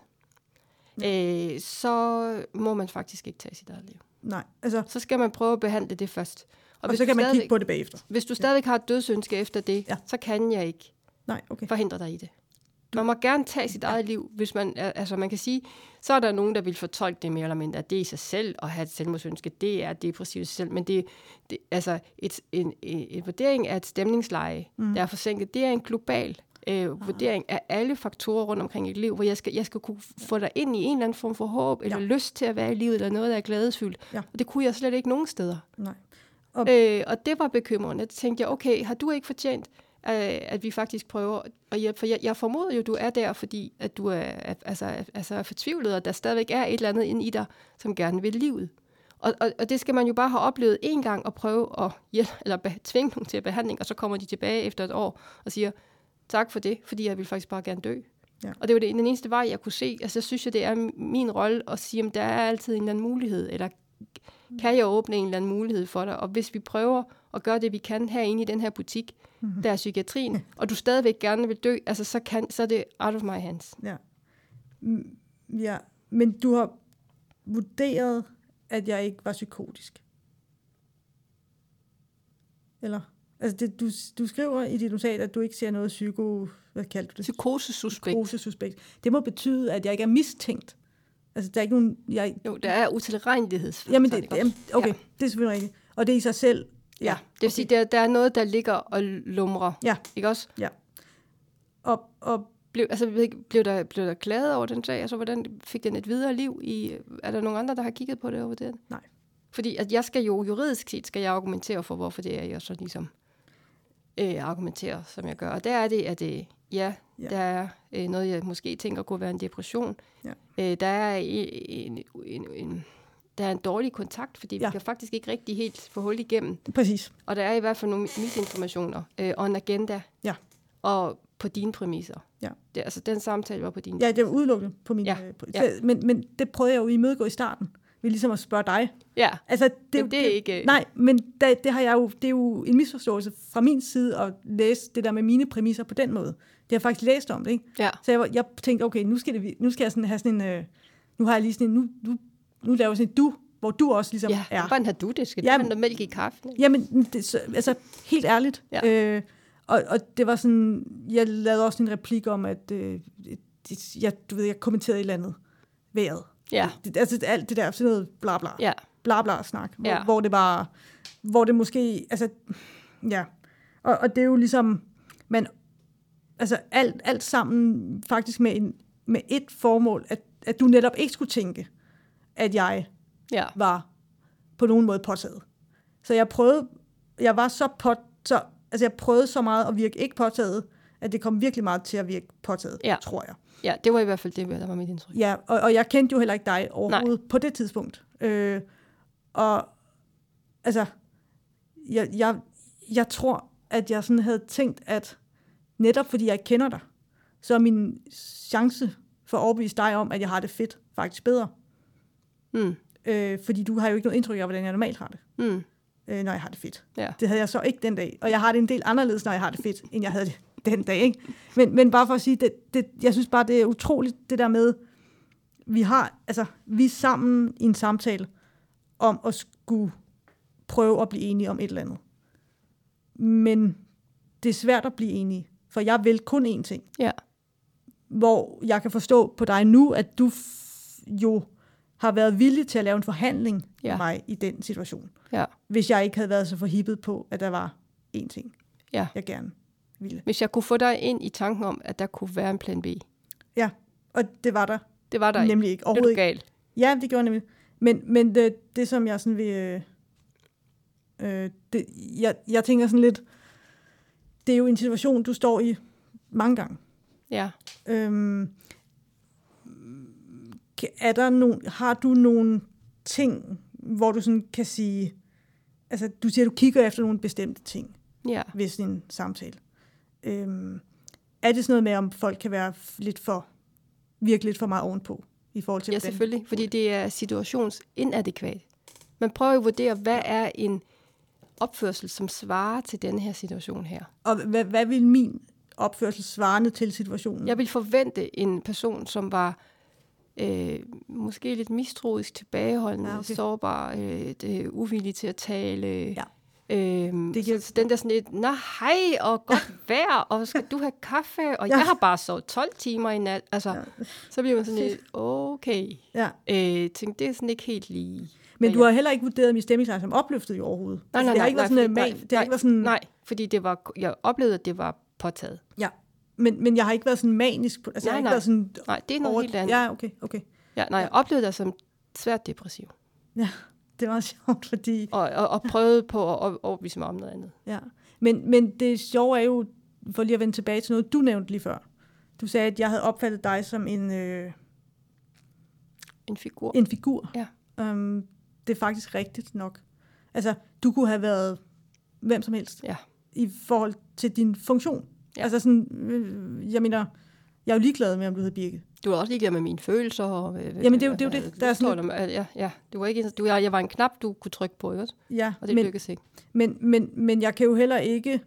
Så må man faktisk ikke tage sit eget liv. Nej, altså. Så skal man prøve at behandle det først. Og så kan man kigge på det bagefter. Hvis du stadig har et dødsønske efter det, så kan jeg ikke forhindre dig i det. Man må gerne tage sit eget liv, hvis man, altså man kan sige, så er der nogen, der vil fortolke det mere eller mindre, at det i sig selv at have et selvmordsønske, det er depressivt i sig selv, men det altså en vurdering af et stemningsleje, der er forsinket, det er en global vurdering af alle faktorer rundt omkring i et liv, hvor jeg skal kunne få dig ind i en eller anden form for håb, eller lyst til at være i livet, eller noget, der er glædesfyldt. Ja. Og det kunne jeg slet ikke nogen steder. Nej. Og det var bekymrende. Jeg tænkte jeg, okay, har du ikke fortjent, at vi faktisk prøver at hjælpe? For jeg formoder jo, du er der, fordi at du er fortvivlet, og der stadigvæk er et eller andet inde i dig, som gerne vil livet. Og det skal man jo bare have oplevet en gang, og prøve at hjælpe, eller tvinge nogen til behandling, og så kommer de tilbage efter et år, og siger, tak for det, fordi jeg vil faktisk bare gerne dø. Ja. Og det var den eneste vej, jeg kunne se. Altså, jeg synes jo, det er min rolle at sige, at der er altid en eller anden mulighed, eller kan jeg åbne en eller anden mulighed for dig? Og hvis vi prøver at gøre det, vi kan herinde i den her butik, der er psykiatrien, og du stadigvæk gerne vil dø, altså så er det out of my hands. Ja. Ja, men du har vurderet, at jeg ikke var psykotisk. Eller? Altså, du skriver i dit notat, at du ikke ser noget hvad kaldte du det? Psykosesuspekt. Det må betyde, at jeg ikke er mistænkt. Altså, der er ikke nogen... Jo, der er utilregnelighedsfaktor. Jamen, okay, det er selvfølgelig rigtigt. Og det er i sig selv... Ja, det vil sige, der er noget, der ligger og lumrer. Ja. Ikke også? Ja. Og blev der klaget over den sag? Altså, hvordan fik den et videre liv? Er der nogen andre, der har kigget på det over det? Nej. Fordi at jeg skal jo juridisk set, skal jeg argumentere for, hvorfor det er, jeg så ligesom argumenterer, som jeg gør. Og der er det, at der er noget, jeg måske tænker kunne være en depression. Ja. Der er der er en dårlig kontakt, fordi vi kan faktisk ikke rigtig helt få hul igennem. Præcis. Og der er i hvert fald nogle misinformationer og en agenda. Ja. Og på dine præmisser. Ja. Altså, den samtale var på dine præmisser. Ja, det var udelukket på mine præmisser. Men det prøvede jeg jo at imødegå i starten. Ved ligesom at spørge dig. Ja, altså, det er ikke... Nej, men det har jeg jo... Det er jo en misforståelse fra min side at læse det der med mine præmisser på den måde. Det har jeg faktisk læst om det, ikke? Ja. Så jeg tænkte, okay, nu skal jeg sådan have sådan en... Nu har jeg lige sådan en... Nu laver jeg sådan en du, hvor du også ligesom er. Ja, hvordan har du det? Skal du have noget mælk i kaffen? Jamen, altså, helt ærligt. Ja. Og det var sådan... Jeg lavede også en replik om, at jeg kommenterede et eller andet vejret. Ja. Altså alt det der, sådan noget bla bla. Ja. Bla bla snak. Hvor det bare... Hvor det måske... Altså, ja. Og det er jo ligesom... Altså alt sammen faktisk med et formål, at du netop ikke skulle tænke, at jeg var på nogen måde påtaget. Så jeg prøvede... Jeg prøvede så meget at virke ikke påtaget, at det kom virkelig meget til at virke påtaget, tror jeg. Ja, det var i hvert fald det, der var mit indtryk. Ja, og jeg kendte jo heller ikke dig overhovedet på det tidspunkt. Og altså, jeg tror, at jeg sådan havde tænkt, at netop fordi jeg ikke kender dig, så er min chance for at overbevise dig om, at jeg har det fedt, faktisk bedre. Fordi du har jo ikke noget indtryk af, hvordan jeg normalt har det, når jeg har det fedt. Ja. Det havde jeg så ikke den dag. Og jeg har det en del anderledes, når jeg har det fedt, end jeg havde det den dag, ikke? Men bare for at sige, jeg synes bare, det er utroligt, det der med, vi er sammen i en samtale om at skulle prøve at blive enige om et eller andet. Men det er svært at blive enige, for jeg vil kun én ting. Ja. Hvor jeg kan forstå på dig nu, at du jo har været villig til at lave en forhandling med mig i den situation. Ja. Hvis jeg ikke havde været så forhippet på, at der var én ting, jeg gerne ville. Hvis jeg kunne få dig ind i tanken om, at der kunne være en plan B. Ja, og det var der. Det var der nemlig ikke. Overhovedet ikke. Galt. Ja, det gjorde nemlig. Men det som jeg sådan vil... jeg tænker sådan lidt... Det er jo en situation, du står i mange gange. Ja. Har du nogle ting, hvor du sådan kan sige... Altså, du siger, at du kigger efter nogle bestemte ting ved sådan en samtale. Er det sådan noget med, om folk kan være virkelig lidt for meget ovenpå? I forhold til selvfølgelig, fordi det er situationsinadekvat. Man prøver at vurdere, hvad er en opførsel, som svarer til denne her situation her. Og hvad vil min opførsel svarende til situationen? Jeg vil forvente en person, som var måske lidt mistroisk, tilbageholdende, sårbar, uvillig til at tale. Ja. Så den der sådan lidt, hej, og godt vejr, og skal du have kaffe, og jeg har bare sovet 12 timer i nat. Altså, så bliver man sådan lidt, okay. Ja. Tænk, det er sådan ikke helt lige. Men du har heller ikke vurderet min stemningsleje som opløftet i overhovedet. Nej, fordi jeg oplevede, at det var påtaget. Ja, men jeg har ikke været sådan manisk. Altså, jeg har ikke været sådan... Nej, det er noget helt andet. Ja, okay. Ja, jeg oplevede dig som svært depressiv. Ja, det var sjovt, fordi... Og prøvede på at overbevise mig om noget andet. Ja, men det sjove er jo, for lige at vende tilbage til noget, du nævnte lige før. Du sagde, at jeg havde opfattet dig som en figur. En figur. Ja. Det er faktisk rigtigt nok. Altså, du kunne have været hvem som helst. Ja. I forhold til din funktion. Ja. Altså sådan, jeg mener, jeg er jo ligeglad med, om du hedder Birgit. Du er også ligeglad med mine følelser. Jamen, det er jo det. Der er sådan det var ikke, jeg var en knap, du kunne trykke på, ikke? Ja, og det lykkedes ikke. Men jeg kan jo heller ikke...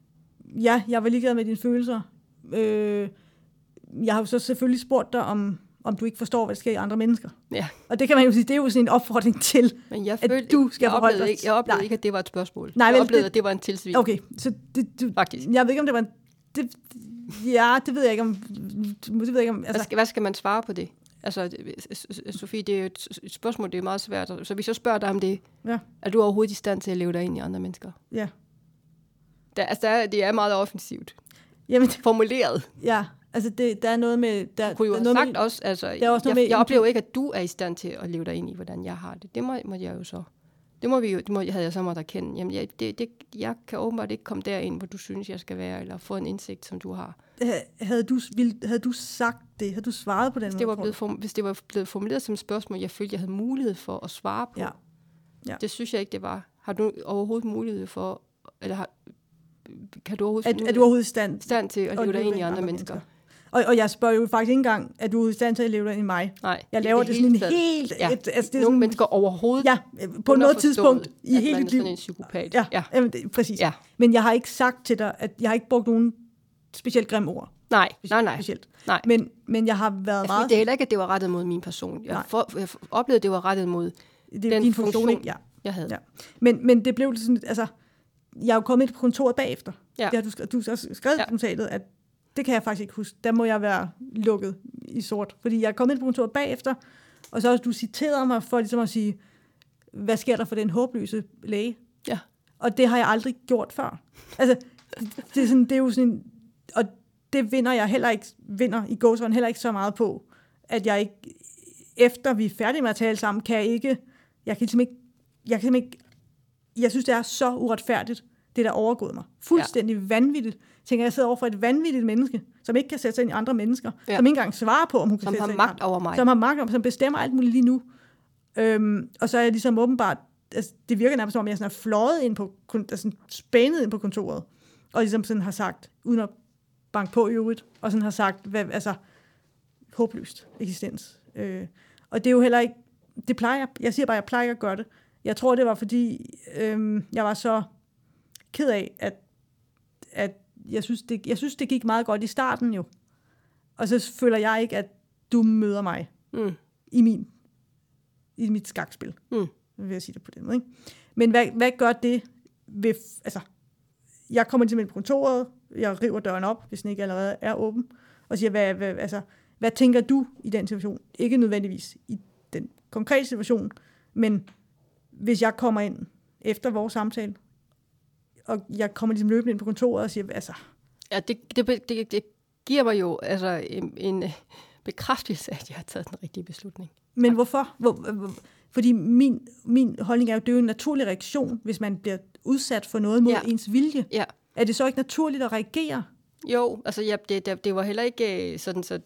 Ja, jeg var ligeglad med dine følelser. Jeg har jo så selvfølgelig spurgt dig, om du ikke forstår, hvad der sker i andre mennesker. Ja. Og det kan man jo sige, det er jo sådan en opfordring til, Men jeg du skal forholde dig. Jeg oplevede ikke, at det var et spørgsmål. Nej, jeg oplevede, at det var en tilsving. Okay, så faktisk. Jeg ved ikke, om det var det ved jeg ikke om... Altså. Hvad skal man svare på det? Altså, Sofie, det er jo et spørgsmål, det er meget svært. Så hvis jeg spørger dig om det, er du overhovedet i stand til at leve dig ind i andre mennesker? Ja. Det er meget offensivt. Jamen, formuleret. Ja, altså der er noget med... Du kunne jo have sagt også, altså, jeg oplever ikke, at du er i stand til at leve dig ind i, hvordan jeg har det. Det må jeg jo så... havde jeg så måtte erkende. Jamen, jeg kan åbenbart ikke komme derind, hvor du synes, jeg skal være, eller få en indsigt, som du har. Havde du sagt det? Havde du svaret på den måde? Hvis det var blevet formuleret som et spørgsmål, jeg følte, jeg havde mulighed for at svare på. Ja. Det synes jeg ikke, det var. Har du overhovedet mulighed for... Eller kan du overhovedet... Er du overhovedet i stand til at leve dig ind i andre mennesker? Og jeg spørger jo faktisk ikke engang, at du er i stand til at leve dig ind i mig. Nej. Jeg laver det sådan helt... Ja. Nogle mennesker overhovedet... Ja, på noget tidspunkt i hele dit liv. At man er sådan en psykopat. Ja. Præcis. Ja. Men jeg har ikke sagt til dig, at jeg har ikke brugt nogen specielt grimme ord. Nej. Specielt. Nej. Men jeg har været meget... Det er heller ikke, at det var rettet mod min person. Jeg oplevede, at det var rettet mod den funktion, jeg havde. Ja. Men det blev sådan... Altså, jeg er jo kommet ind på kontoret bagefter. Ja. Det har du så skrevet i notatet, at det kan jeg faktisk ikke huske. Der må jeg være lukket i sort. Fordi jeg er kommet ind på kontoret bagefter, og så har du citeret mig for ligesom at sige, hvad sker der for den håbløse læge? Ja. Og det har jeg aldrig gjort før. Altså, det er jo sådan... Og det vinder jeg heller ikke så meget på, at jeg ikke, efter vi er færdige med at tale sammen, jeg synes, det er så uretfærdigt, det der overgået mig. Fuldstændig vanvittigt. Tænker, jeg sidder over for et vanvittigt menneske, som ikke kan sætte sig ind i andre mennesker, som ikke engang svarer på, om hun kan sætte sig ind i andre. Som har magt over mig. Som har magt over mig, som bestemmer alt muligt lige nu. Og så er jeg ligesom åbenbart, altså, det virker nærmest som om, jeg sådan er fløjet ind på, altså spændet ind på kontoret, og ligesom sådan har sagt, uden at banke på i øvrigt, og sådan har sagt, håbløst eksistens. Og det er jo heller ikke, jeg siger bare, jeg plejer ikke at gøre det. Jeg tror, det var, fordi jeg var så ked af, at jeg synes, det gik meget godt i starten jo. Og så føler jeg ikke, at du møder mig i mit skakspil. Vil jeg sige det på den måde. Ikke? Men hvad gør det ved... Altså, jeg kommer til på kontoret, jeg river døren op, hvis den ikke allerede er åben, og siger, hvad tænker du i den situation? Ikke nødvendigvis i den konkrete situation, men hvis jeg kommer ind efter vores samtale, og jeg kommer ligesom løbende ind på kontoret og siger, altså... Ja, det giver mig jo altså en bekræftelse af, at jeg har taget den rigtige beslutning. Men hvorfor? Fordi min holdning er jo, det er jo en naturlig reaktion, hvis man bliver udsat for noget mod ens vilje. Ja. Er det så ikke naturligt at reagere? Jo, altså det var heller ikke sådan, så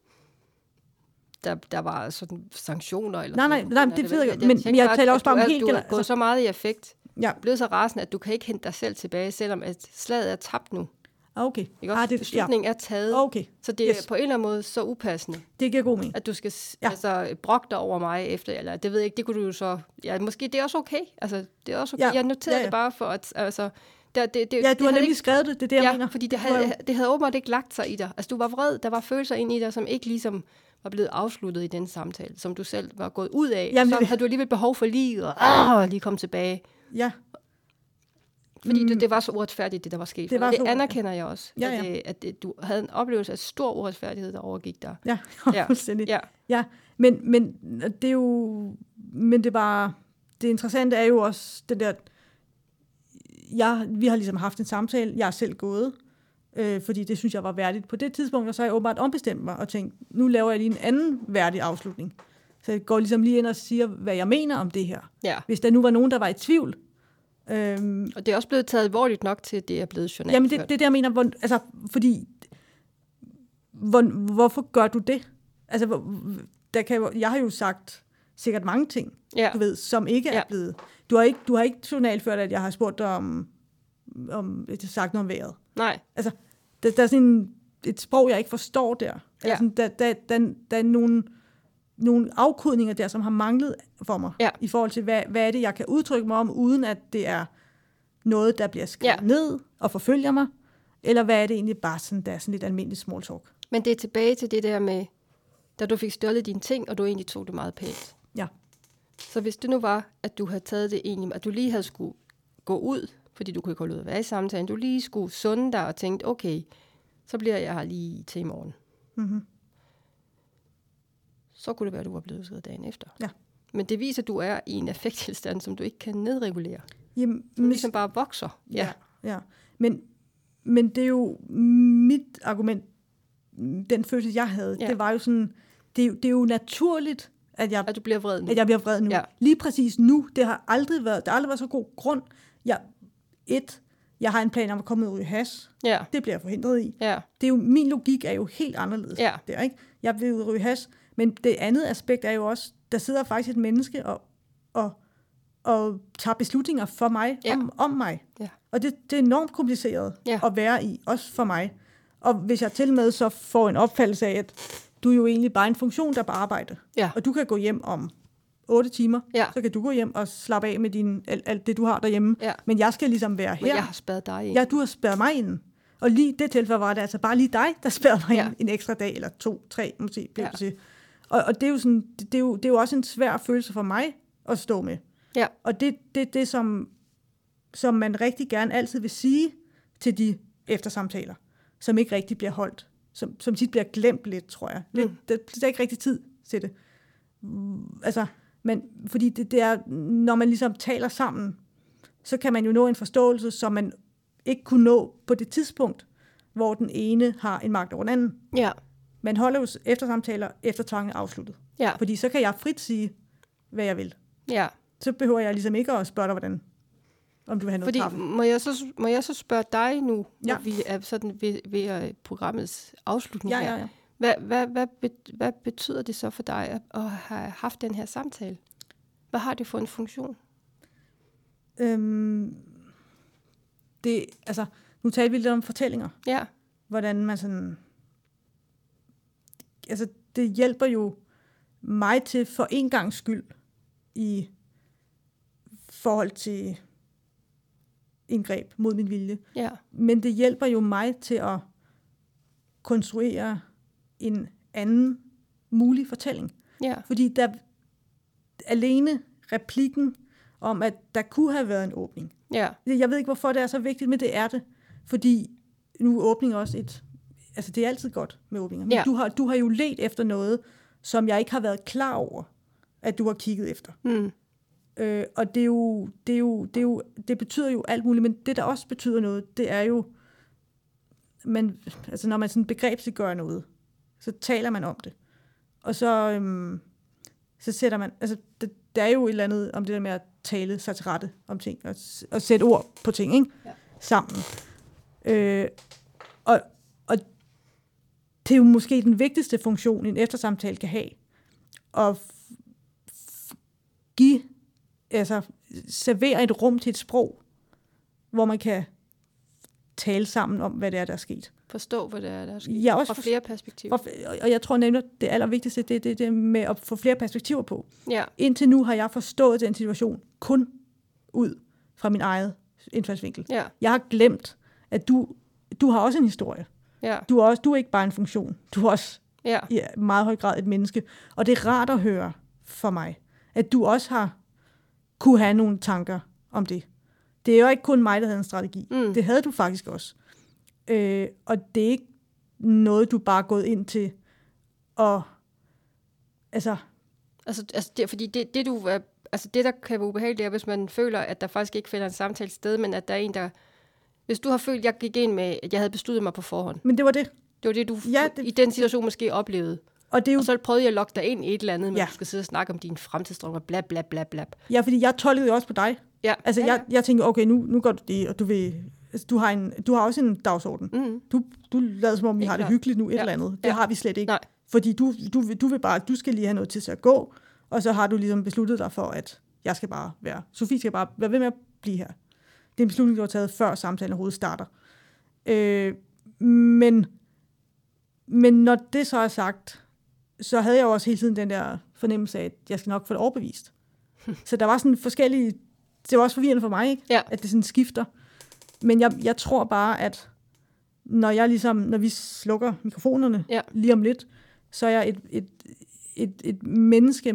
der var sådan sanktioner eller nej, det ved jeg ikke. Men jeg taler også bare om helt... Du er gået så meget i effekt. Ja. Du er blevet så rasende, at du kan ikke hente dig selv tilbage, selvom at slaget er tabt nu. Okay. Beslutningen er taget. Okay. Så det er på en eller anden måde så upassende. Det giver god mening. At du skal brokke dig over mig efter, eller det ved jeg ikke, det kunne du jo så... Ja, måske det er også okay. Altså, det er også okay. Jeg noterede det bare for at... Altså, du har nemlig skrevet det, det er det, jeg mener. Fordi det havde åbenbart ikke lagt sig i dig. Altså, du var vred, der var følelser ind i dig, som ikke ligesom var blevet afsluttet i den samtale, som du selv var gået ud af. Jamen, så havde du alligevel behov for lige at lige komme tilbage. Ja. Fordi det var så uretfærdigt, det der var sket. Det anerkender jeg også. Ja. At du havde en oplevelse af stor uretfærdighed, der overgik dig. Ja, fuldstændig. Ja. Men det er jo... Men det bare... Det interessante er jo også det der... Vi har ligesom haft en samtale. Jeg er selv gået. Fordi det synes jeg var værdigt på det tidspunkt. Og så har jeg åbenbart ombestemt mig og tænkt, nu laver jeg lige en anden værdig afslutning. Så jeg går ligesom lige ind og siger, hvad jeg mener om det her. Ja. Hvis der nu var nogen, der var i tvivl. Og det er også blevet taget alvorligt nok til, at det er blevet journalført. Jamen, det er det, jeg mener. Fordi, hvorfor gør du det? Altså, jeg har jo sagt sikkert mange ting, du ved, som ikke er blevet... Du har ikke journalført, at jeg har spurgt dig om sagt noget om vejret. Nej. Altså, der er sådan et sprog, jeg ikke forstår der. Ja. Sådan, der er nogle afkodninger der, som har manglet for mig, i forhold til, hvad er det, jeg kan udtrykke mig om, uden at det er noget, der bliver skrevet ned og forfølger mig, eller hvad er det egentlig bare sådan, der er sådan lidt almindelig small talk. Men det er tilbage til det der med, da du fik stjålet dine ting, og du egentlig tog det meget pænt. Ja. Så hvis det nu var, at du havde taget det egentlig, at du lige havde skulle gå ud, fordi du kunne ikke holde ud at være i samtalen, du lige skulle sunde dig og tænkte, okay, så bliver jeg her lige til i morgen. Mm-hmm. Så kunne det være, at du var blevet udskrevet dagen efter. Ja. Men det viser, at du er i en affekttilstand, som du ikke kan nedregulere. Jamen, som ligesom bare vokser. Ja. Men det er jo mit argument, den følelse, jeg havde, det var jo sådan, det er jo naturligt, at du bliver vred nu. At jeg bliver vred nu. Ja. Lige præcis nu, der har aldrig været så god grund. Jeg har en plan om at komme ud i hash. Ja. Det bliver jeg forhindret i. Ja. Det er jo, min logik er jo helt anderledes. Ja. Der, ikke? Jeg vil ud og ryge hash. Men det andet aspekt er jo også, der sidder faktisk et menneske og tager beslutninger for mig, om mig. Ja. Og det er enormt kompliceret at være i, også for mig. Og hvis jeg til med så får en opfattelse af, at du er jo egentlig bare en funktion, der er på arbejde. Ja. Og du kan gå hjem om 8 timer, så kan du gå hjem og slappe af med alt det, du har derhjemme. Ja. Men jeg skal ligesom være her. Men jeg har spærret dig ind. Ja, du har spærret mig ind. Og lige det tilfælde var det altså bare lige dig, der spærrede mig ind en ekstra dag, eller 2, 3, måske. Og det er jo sådan, det er jo også en svær følelse for mig at stå med. Ja. Og det som man rigtig gerne altid vil sige til de eftersamtaler, som ikke rigtig bliver holdt, som tit bliver glemt lidt, tror jeg. Der er ikke rigtig tid til det. Altså, men fordi det er, når man ligesom taler sammen, så kan man jo nå en forståelse, som man ikke kunne nå på det tidspunkt, hvor den ene har en magt over den anden. Ja. Man holder jo eftersamtaler efter tvangen er afsluttet. Ja. Fordi så kan jeg frit sige, hvad jeg vil. Ja. Så behøver jeg ligesom ikke at spørge dig, hvordan, om du vil have noget kaffe. Må jeg så spørge dig nu, når vi er sådan ved programmets afslutning her? Hvad betyder det så for dig at have haft den her samtale? Hvad har det for en funktion? Nu talte vi lidt om fortællinger. Ja. Hvordan man sådan... Altså, det hjælper jo mig til for en gangs skyld i forhold til indgreb mod min vilje. Ja. Men det hjælper jo mig til at konstruere en anden mulig fortælling. Ja. Fordi der alene replikken om, at der kunne have været en åbning. Ja. Jeg ved ikke, hvorfor det er så vigtigt, men det er det. Fordi nu er åbning også altså det er altid godt med åbninger. Men du har jo let efter noget, som jeg ikke har været klar over, at du har kigget efter. Mm. Og det betyder jo alt muligt, men det, der også betyder noget, det er jo, når man sådan begrebsliggør noget, så taler man om det. Og så sætter man, altså der er jo et eller andet om det der med at tale sig til rette om ting, og sætte ord på ting, ikke? Ja. Sammen. Og det er jo måske den vigtigste funktion, en eftersamtale kan have, at servere et rum til et sprog, hvor man kan tale sammen om, hvad det er, der er sket. Forstå, hvad det er, der er sket. Ja, også fra flere perspektiver. Og jeg tror nemlig, det allervigtigste, det er det med at få flere perspektiver på. Ja. Indtil nu har jeg forstået den situation kun ud fra min eget indfaldsvinkel. Ja. Jeg har glemt, at du har også en historie. Ja. Du er ikke bare en funktion. Du er også i meget høj grad et menneske. Og det er rart at høre for mig, at du også kunne have nogle tanker om det. Det er jo ikke kun mig, der havde en strategi. Mm. Det havde du faktisk også. Og det er ikke noget, du bare er gået ind til og fordi det der kan være ubehageligt, er, hvis man føler, at der faktisk ikke finder en samtale sted, men at der er en, der... Hvis du har følt, at jeg gik ind med, at jeg havde besluttet mig på forhånd. Men det var det. Det var det, du i den situation måske oplevede. Og så prøvede jeg at lokke dig ind i et eller andet, men du skal sidde og snakke om dine fremtidsdrømme, bla bla bla bla. Ja, fordi jeg tolkede jo også på dig. Ja. Altså, jeg tænkte, okay, nu går du det, og du vil... Altså, du har også en dagsorden. Mm. Du lader som om, vi har det hyggeligt nu, et eller andet. Det har vi slet ikke. Nej. Fordi du vil bare, du skal lige have noget til at gå, og så har du ligesom besluttet dig for, at jeg skal bare være... Sofie skal bare være ved med at blive her. Det er en beslutning, du har taget, før samtalen overhovedet starter. Men når det så er sagt, så havde jeg jo også hele tiden den der fornemmelse af, at jeg skal nok få det overbevist. Så der var sådan forskellige... Det var også forvirrende for mig, ikke? Ja. At det sådan skifter. Men jeg tror bare, at når vi slukker mikrofonerne lige om lidt, så er jeg et menneske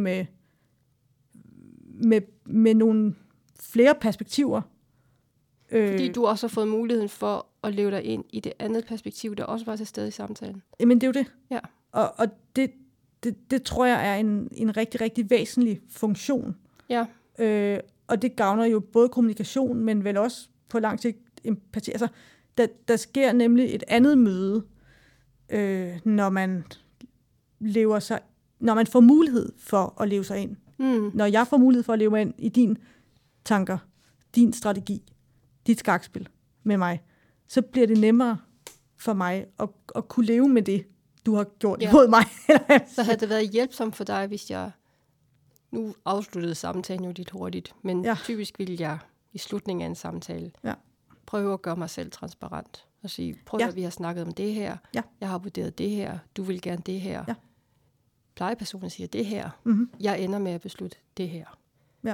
med nogle flere perspektiver. Fordi du også har fået muligheden for at leve dig ind i det andet perspektiv, der også var til stede i samtalen. Jamen, det er jo det. Ja. Og det tror jeg er en rigtig, rigtig væsentlig funktion. Ja. Og det gavner jo både kommunikation, men vel også på lang sigt empati. Altså, der sker nemlig et andet møde, når man får mulighed for at leve sig ind. Når jeg får mulighed for at leve mig ind i dine tanker, din strategi, dit skakspil med mig, så bliver det nemmere for mig at kunne leve med det, du har gjort imod mig. Så havde det været hjælpsomt for dig, hvis jeg... Nu afsluttede samtalen jo lidt hurtigt, men typisk ville jeg i slutningen af en samtale prøve at gøre mig selv transparent og sige, prøv at vi har snakket om det her, jeg har vurderet det her, du vil gerne det her. Ja. Plejepersonen siger det her, jeg ender med at beslutte det her. Ja.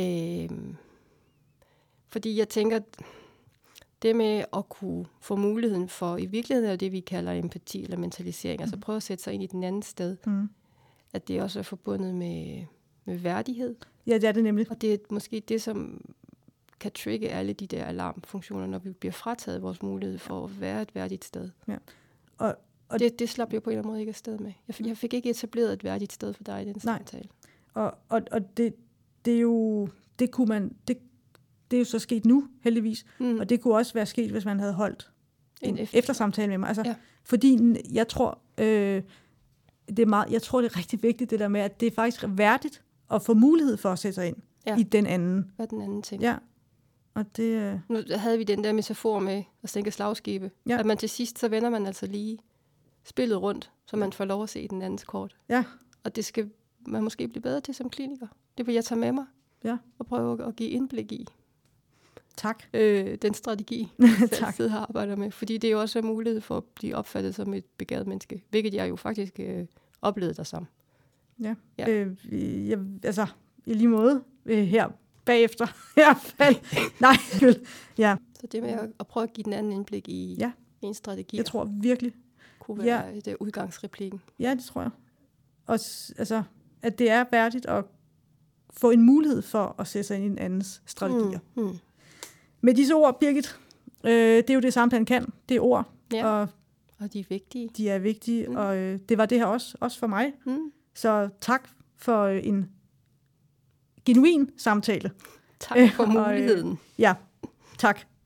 Fordi jeg tænker, det med at kunne få muligheden for, i virkeligheden er det, vi kalder empati eller mentalisering, altså prøve at sætte sig ind i den anden sted, at det også er forbundet med værdighed. Ja, det er det nemlig. Og det er måske det, som kan trigge alle de der alarmfunktioner, når vi bliver frataget vores mulighed for at være et værdigt sted. Ja. Og det slap jeg på en eller anden måde ikke afsted med. Jeg fik ikke etableret et værdigt sted for dig i den samtale. Og det er jo... Det er jo så sket nu, heldigvis. Og det kunne også være sket, hvis man havde holdt en eftersamtale med mig. Altså, fordi jeg tror, det er rigtig vigtigt, det der med, at det er faktisk værdigt at få mulighed for at sætte sig ind i den anden. Hvad den anden ting. Ja. Og det... Nu havde vi den der metafor med at sænke slagskibe. Ja. At man til sidst, så vender man altså lige spillet rundt, så man får lov at se den andens kort. Ja. Og det skal man måske blive bedre til som kliniker. Det vil jeg tage med mig. Ja. Og prøve at give indblik i. Tak. Den strategi, jeg selv har arbejdet med. Fordi det er jo også en mulighed for at blive opfattet som et begavet menneske. Hvilket jeg jo faktisk oplevede dig som. Ja. Altså, i lige måde her bagefter. Nej. Ja. Så det med at prøve at give den anden indblik i en strategi. Jeg tror virkelig. Kunne være det udgangsreplikken. Ja, det tror jeg. Og altså, at det er værdigt at få en mulighed for at sætte sig ind i en andens strategier. Med disse ord, Birgit, det er jo det, samtalen kan. Det er ord. Ja. Og de er vigtige. De er vigtige, og det var det her også for mig. Så tak for en genuin samtale. Tak for muligheden. Ja, tak.